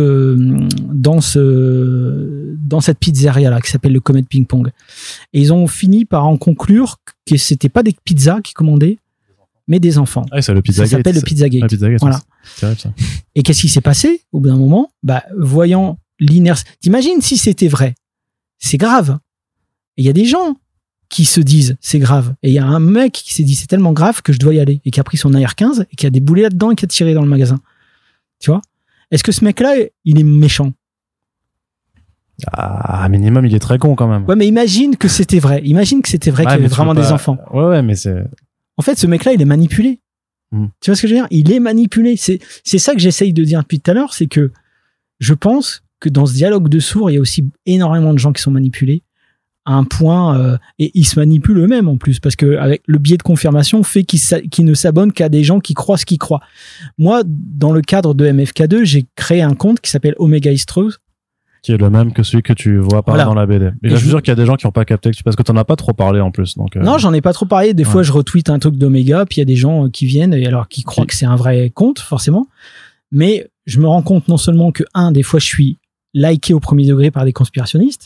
cette pizzeria là qui s'appelle le Comet Ping Pong. Et ils ont fini par en conclure que c'était pas des pizzas qui commandaient, mais des enfants. Ah, c'est le Pizzagate. Ça s'appelle le Pizzagate. Voilà. C'est vrai, ça. Et qu'est-ce qui s'est passé au bout d'un moment? Bah, voyant l'inertie. T'imagines si c'était vrai? C'est grave. Et il y a des gens qui se disent c'est grave. Et il y a un mec qui s'est dit c'est tellement grave que je dois y aller et qui a pris son AR-15 et qui a déboulé là-dedans et qui a tiré dans le magasin. Tu vois? Est-ce que ce mec-là, il est méchant? Ah, minimum, il est très con quand même. Ouais, mais imagine que c'était vrai. Imagine que c'était vrai qu'il y avait vraiment des enfants. Ouais, mais c'est... En fait, ce mec-là, il est manipulé. Tu vois ce que je veux dire? Il est manipulé. C'est ça que j'essaye de dire depuis tout à l'heure, c'est que je pense que dans ce dialogue de sourds, il y a aussi énormément de gens qui sont manipulés à un point, et ils se manipulent eux-mêmes en plus, parce que avec le biais de confirmation fait qu'ils ne s'abonnent qu'à des gens qui croient ce qu'ils croient. Moi, dans le cadre de MFK2, j'ai créé un compte qui s'appelle Omega East Truth, qui est le même que celui que tu vois apparaître dans la BD. Et là, je suis sûr qu'il y a des gens qui n'ont pas capté parce que t'en as pas trop parlé en plus. Donc, non, j'en ai pas trop parlé. Des fois, je retweet un truc d'Omega, puis il y a des gens qui viennent et alors qui croient que c'est un vrai compte, forcément. Mais je me rends compte non seulement que des fois, je suis liké au premier degré par des conspirationnistes,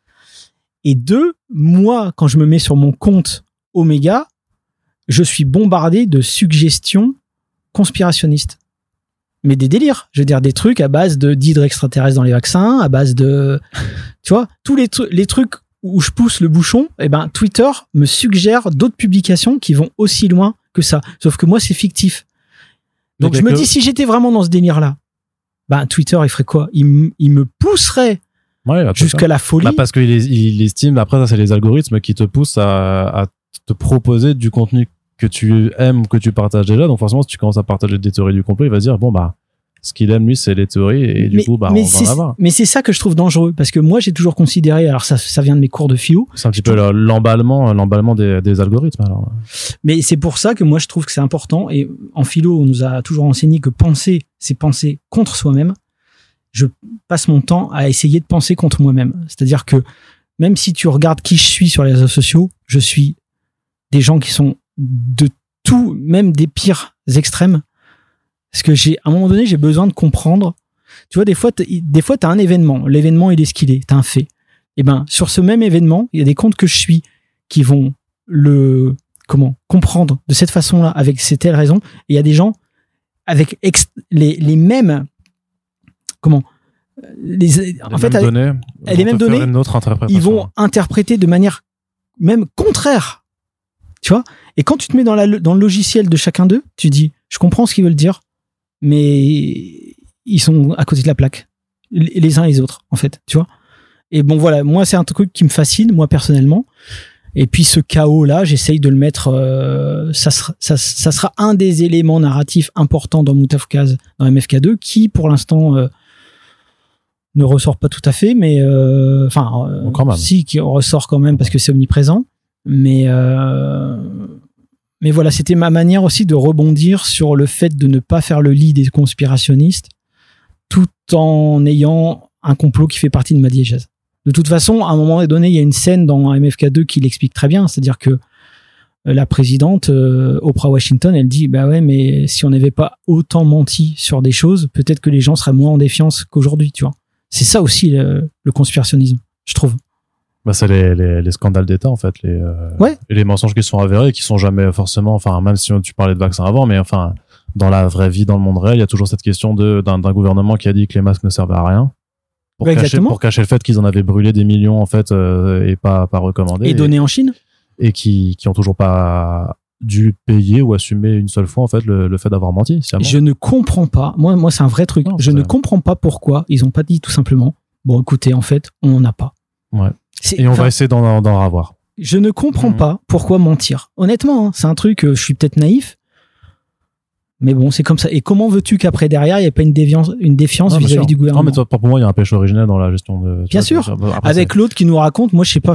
et deux, moi, quand je me mets sur mon compte Omega, je suis bombardé de suggestions conspirationnistes. Mais des délires, je veux dire des trucs à base d'hydres extraterrestres dans les vaccins, à base de, tu vois, tous les trucs où je pousse le bouchon, et ben Twitter me suggère d'autres publications qui vont aussi loin que ça. Sauf que moi c'est fictif. Donc je me dis si j'étais vraiment dans ce délire-là, ben Twitter il ferait quoi? Il me pousserait jusqu'à la folie. Bah parce qu'il estime. Après ça c'est les algorithmes qui te poussent à te proposer du contenu que tu aimes, que tu partages déjà. Donc forcément, si tu commences à partager des théories du complot, il va se dire, bon, bah, ce qu'il aime, lui, c'est les théories, et du coup, bah, on va en avoir. Mais c'est ça que je trouve dangereux, parce que moi, j'ai toujours considéré, alors ça vient de mes cours de philo. C'est un petit peu l'emballement des algorithmes, alors. Mais c'est pour ça que moi, je trouve que c'est important, et en philo, on nous a toujours enseigné que penser, c'est penser contre soi-même. Je passe mon temps à essayer de penser contre moi-même. C'est-à-dire que, même si tu regardes qui je suis sur les réseaux sociaux, je suis des gens qui sont de tout, même des pires extrêmes, parce que à un moment donné, j'ai besoin de comprendre. Tu vois, des fois, t'as un événement. L'événement, il est ce qu'il est. T'as un fait. Et ben, sur ce même événement, il y a des comptes que je suis qui vont comprendre de cette façon-là, avec ces telles raisons. Et il y a des gens avec les mêmes, les mêmes données, ils vont interpréter de manière même contraire. Tu vois? Et quand tu te mets dans le logiciel de chacun d'eux, tu dis, je comprends ce qu'ils veulent dire, mais ils sont à côté de la plaque. Les uns et les autres, en fait. Tu vois? Et bon, voilà. Moi, c'est un truc qui me fascine, moi, personnellement. Et puis ce chaos-là, j'essaye de le mettre. Ça sera un des éléments narratifs importants dans Moutafkaz, dans MFK2, qui pour l'instant ne ressort pas tout à fait, mais si, qui ressort quand même parce que c'est omniprésent. Mais voilà, c'était ma manière aussi de rebondir sur le fait de ne pas faire le lit des conspirationnistes, tout en ayant un complot qui fait partie de ma diégèse. De toute façon, à un moment donné, il y a une scène dans MFK2 qui l'explique très bien, c'est-à-dire que la présidente, Oprah Washington, elle dit, bah ouais, mais si on n'avait pas autant menti sur des choses, peut-être que les gens seraient moins en défiance qu'aujourd'hui, tu vois. C'est ça aussi le conspirationnisme, je trouve. Bah, c'est les scandales d'État, en fait, et les mensonges qui sont avérés, qui sont jamais forcément, enfin, même si tu parlais de vaccins avant, mais enfin, dans la vraie vie, dans le monde réel, il y a toujours cette question d'un gouvernement qui a dit que les masques ne servaient à rien. Pour cacher le fait qu'ils en avaient brûlé des millions, en fait, et pas recommandé. Et donné en Chine. Et qui ont toujours pas dû payer ou assumer une seule fois, en fait, le fait d'avoir menti. Je ne comprends pas. Moi, c'est un vrai truc. Non, je ne comprends pas pourquoi ils ont pas dit tout simplement, bon, écoutez, en fait, on n'en a pas. Ouais. Et on va essayer d'en avoir. Je ne comprends pas pourquoi mentir. Honnêtement, c'est un truc, je suis peut-être naïf, mais bon, c'est comme ça. Et comment veux-tu qu'après, derrière, il n'y ait pas une défiance vis-à-vis du gouvernement? Non, mais toi, pour moi, il y a un péché originel dans la gestion de... Bien sûr. Après, avec l'autre qui nous raconte, moi, je sais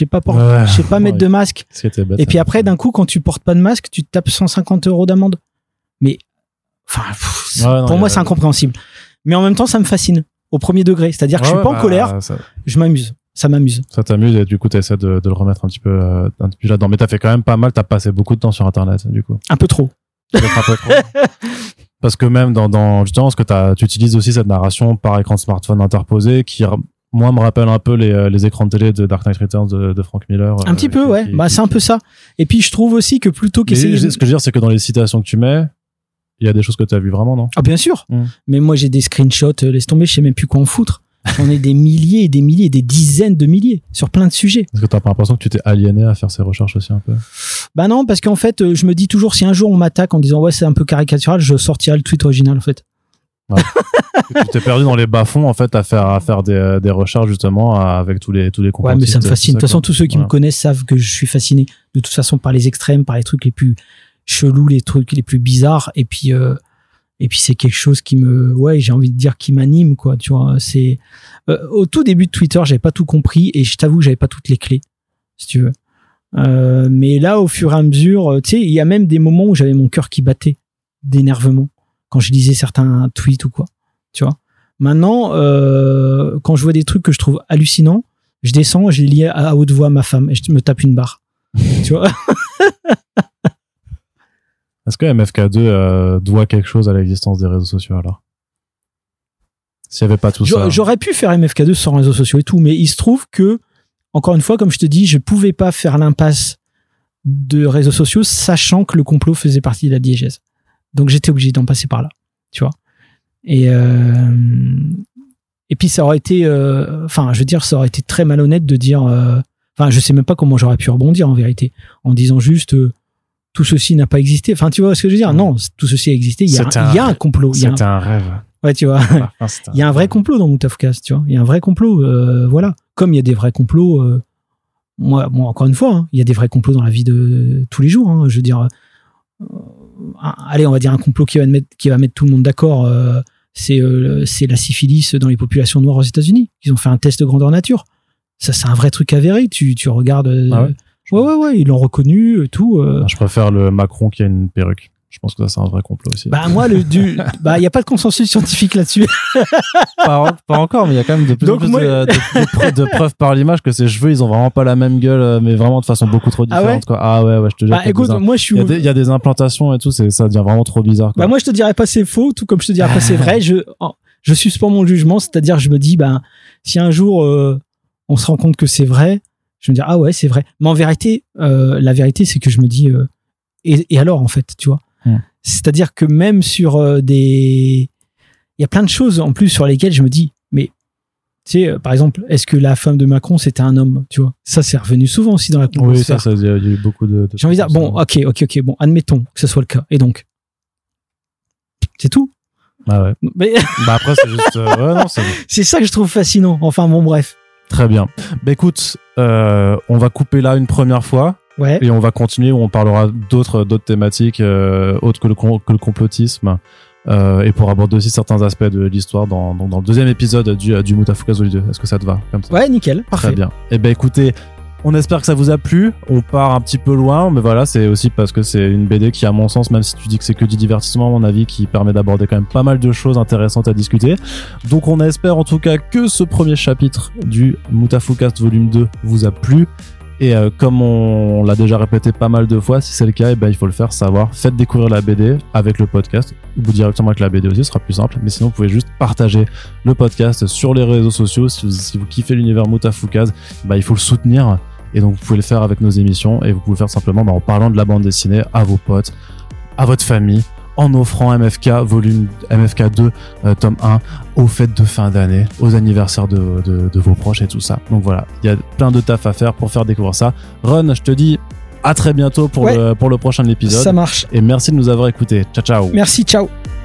pas mettre de masque. Bête, et puis après, d'un coup, quand tu portes pas de masque, tu te tapes 150 € d'amende. Mais, enfin, pour moi, c'est incompréhensible. Mais en même temps, ça me fascine. Au premier degré. C'est-à-dire que je suis pas en colère. Je m'amuse. Ça m'amuse. Ça t'amuse et du coup, t'essaies de le remettre un petit peu là-dedans. Mais t'as fait quand même pas mal. T'as passé beaucoup de temps sur Internet, du coup. Un peu trop. Peut-être un peu trop. Parce que même dans justement, ce que tu utilises aussi cette narration par écran de smartphone interposé qui, moi, me rappelle un peu les écrans de télé de Dark Knight Returns de Frank Miller. Un petit peu, ouais. C'est un peu ça. Et puis, je trouve aussi que plutôt qu'essayer... Ce que je veux dire, c'est que dans les citations que tu mets, il y a des choses que tu as vues vraiment, non? Ah, bien sûr. Mais moi, j'ai des screenshots, laisse tomber, je sais même plus quoi en foutre. J'en ai des milliers et des milliers, des dizaines de milliers sur plein de sujets. Est-ce que t'as pas l'impression que tu t'es aliéné à faire ces recherches aussi un peu? Bah non, parce qu'en fait, je me dis toujours, si un jour on m'attaque en disant ouais, c'est un peu caricatural, je sortirai le tweet original, en fait. Ouais. Tu t'es perdu dans les bas-fonds, en fait, à faire des recherches, justement, avec tous les complotistes. Ouais, mais ça me fascine. De toute façon, tous ceux qui me connaissent savent que je suis fasciné, de toute façon, par les extrêmes, par les trucs les plus chelous, les trucs les plus bizarres, et puis c'est quelque chose qui j'ai envie de dire, qui m'anime, quoi, tu vois. C'est, au tout début de Twitter, j'avais pas tout compris, et je t'avoue que j'avais pas toutes les clés, si tu veux. Mais là, au fur et à mesure, tu sais, il y a même des moments où j'avais mon cœur qui battait d'énervement quand je lisais certains tweets ou quoi, tu vois. Maintenant, quand je vois des trucs que je trouve hallucinants, je descends, je les lis à haute voix à ma femme et je me tape une barre, tu vois. Est-ce que MFK2 doit quelque chose à l'existence des réseaux sociaux, alors? S'il n'y avait pas tout ça. J'aurais pu faire MFK2 sans réseaux sociaux et tout, mais il se trouve que, encore une fois, comme je te dis, je pouvais pas faire l'impasse de réseaux sociaux, sachant que le complot faisait partie de la diégèse. Donc j'étais obligé d'en passer par là, tu vois. Et puis ça aurait été, ça aurait été très malhonnête de dire, je sais même pas comment j'aurais pu rebondir en vérité, en disant juste tout ceci n'a pas existé. Enfin, tu vois ce que je veux dire? Non, tout ceci a existé. Il y a un complot. C'était un rêve. Ouais, tu vois. Il y a un vrai complot dans Moutafkaz, tu vois. Il y a un vrai complot, voilà. Comme il y a des vrais complots, moi, encore une fois, il y a des vrais complots dans la vie de tous les jours. Je veux dire, allez, on va dire un complot qui va mettre tout le monde d'accord. C'est la syphilis dans les populations noires aux États-Unis. Ils ont fait un test grandeur nature. Ça, c'est un vrai truc avéré. Tu regardes. Ah ouais? Ouais, ils l'ont reconnu, tout. Je préfère le Macron qui a une perruque. Je pense que ça, c'est un vrai complot aussi. Moi, il y a pas de consensus scientifique là-dessus. Pas encore, mais il y a quand même de plus en plus de preuves par l'image que ces cheveux, ils ont vraiment pas la même gueule, mais vraiment de façon beaucoup trop différente, quoi. Ah ouais, je te jure. Écoute, moi, il y a des implantations et tout, ça devient vraiment trop bizarre, quoi. Moi, je te dirais pas c'est faux, tout comme je te dirais pas c'est vrai. Je suspends mon jugement, c'est-à-dire, je me dis, si un jour, on se rend compte que c'est vrai, je me dis, ah ouais, c'est vrai. Mais en vérité, la vérité, c'est que je me dis, et alors, en fait, tu vois. C'est-à-dire que même sur il y a plein de choses en plus sur lesquelles je me dis, mais tu sais, par exemple, est-ce que la femme de Macron c'était un homme, tu vois? Ça, c'est revenu souvent aussi dans la conversation. Oui, ça, il y a eu beaucoup de j'ai envie de dire, bon, ok, bon, admettons que ce soit le cas. Et donc, c'est tout. Ah ouais. Mais après, c'est juste, non, c'est ça que je trouve fascinant. Enfin, bon, bref. Très bien. Bah écoute, on va couper là une première fois. Ouais. Et on va continuer où on parlera d'autres thématiques autres que le complotisme. Et pour aborder aussi certains aspects de l'histoire dans le deuxième épisode du Mutafuka Zoli 2. Est-ce que ça te va comme ça? Ouais, nickel, parfait. Très bien. Et ben écoutez, on espère que ça vous a plu. On part un petit peu loin, mais voilà, c'est aussi parce que c'est une BD qui, à mon sens, même si tu dis que c'est que du divertissement, à mon avis, qui permet d'aborder quand même pas mal de choses intéressantes à discuter. Donc on espère en tout cas que ce premier chapitre du Mutafucast volume 2 vous a plu. Et comme on l'a déjà répété pas mal de fois, si c'est le cas, il faut le faire savoir. Faites découvrir la BD avec le podcast, ou directement avec la BD aussi, ce sera plus simple. Mais sinon, vous pouvez juste partager le podcast sur les réseaux sociaux. Si vous kiffez l'univers Mutafukaz, il faut le soutenir. Et donc, vous pouvez le faire avec nos émissions. Et vous pouvez le faire simplement en parlant de la bande dessinée à vos potes, à votre famille, en offrant MFK 2 tome 1 aux fêtes de fin d'année, aux anniversaires de vos proches et tout ça. Donc voilà, il y a plein de taf à faire pour faire découvrir ça. Ron, je te dis à très bientôt pour le prochain épisode. Ça marche. Et merci de nous avoir écoutés. Ciao, ciao. Merci, ciao.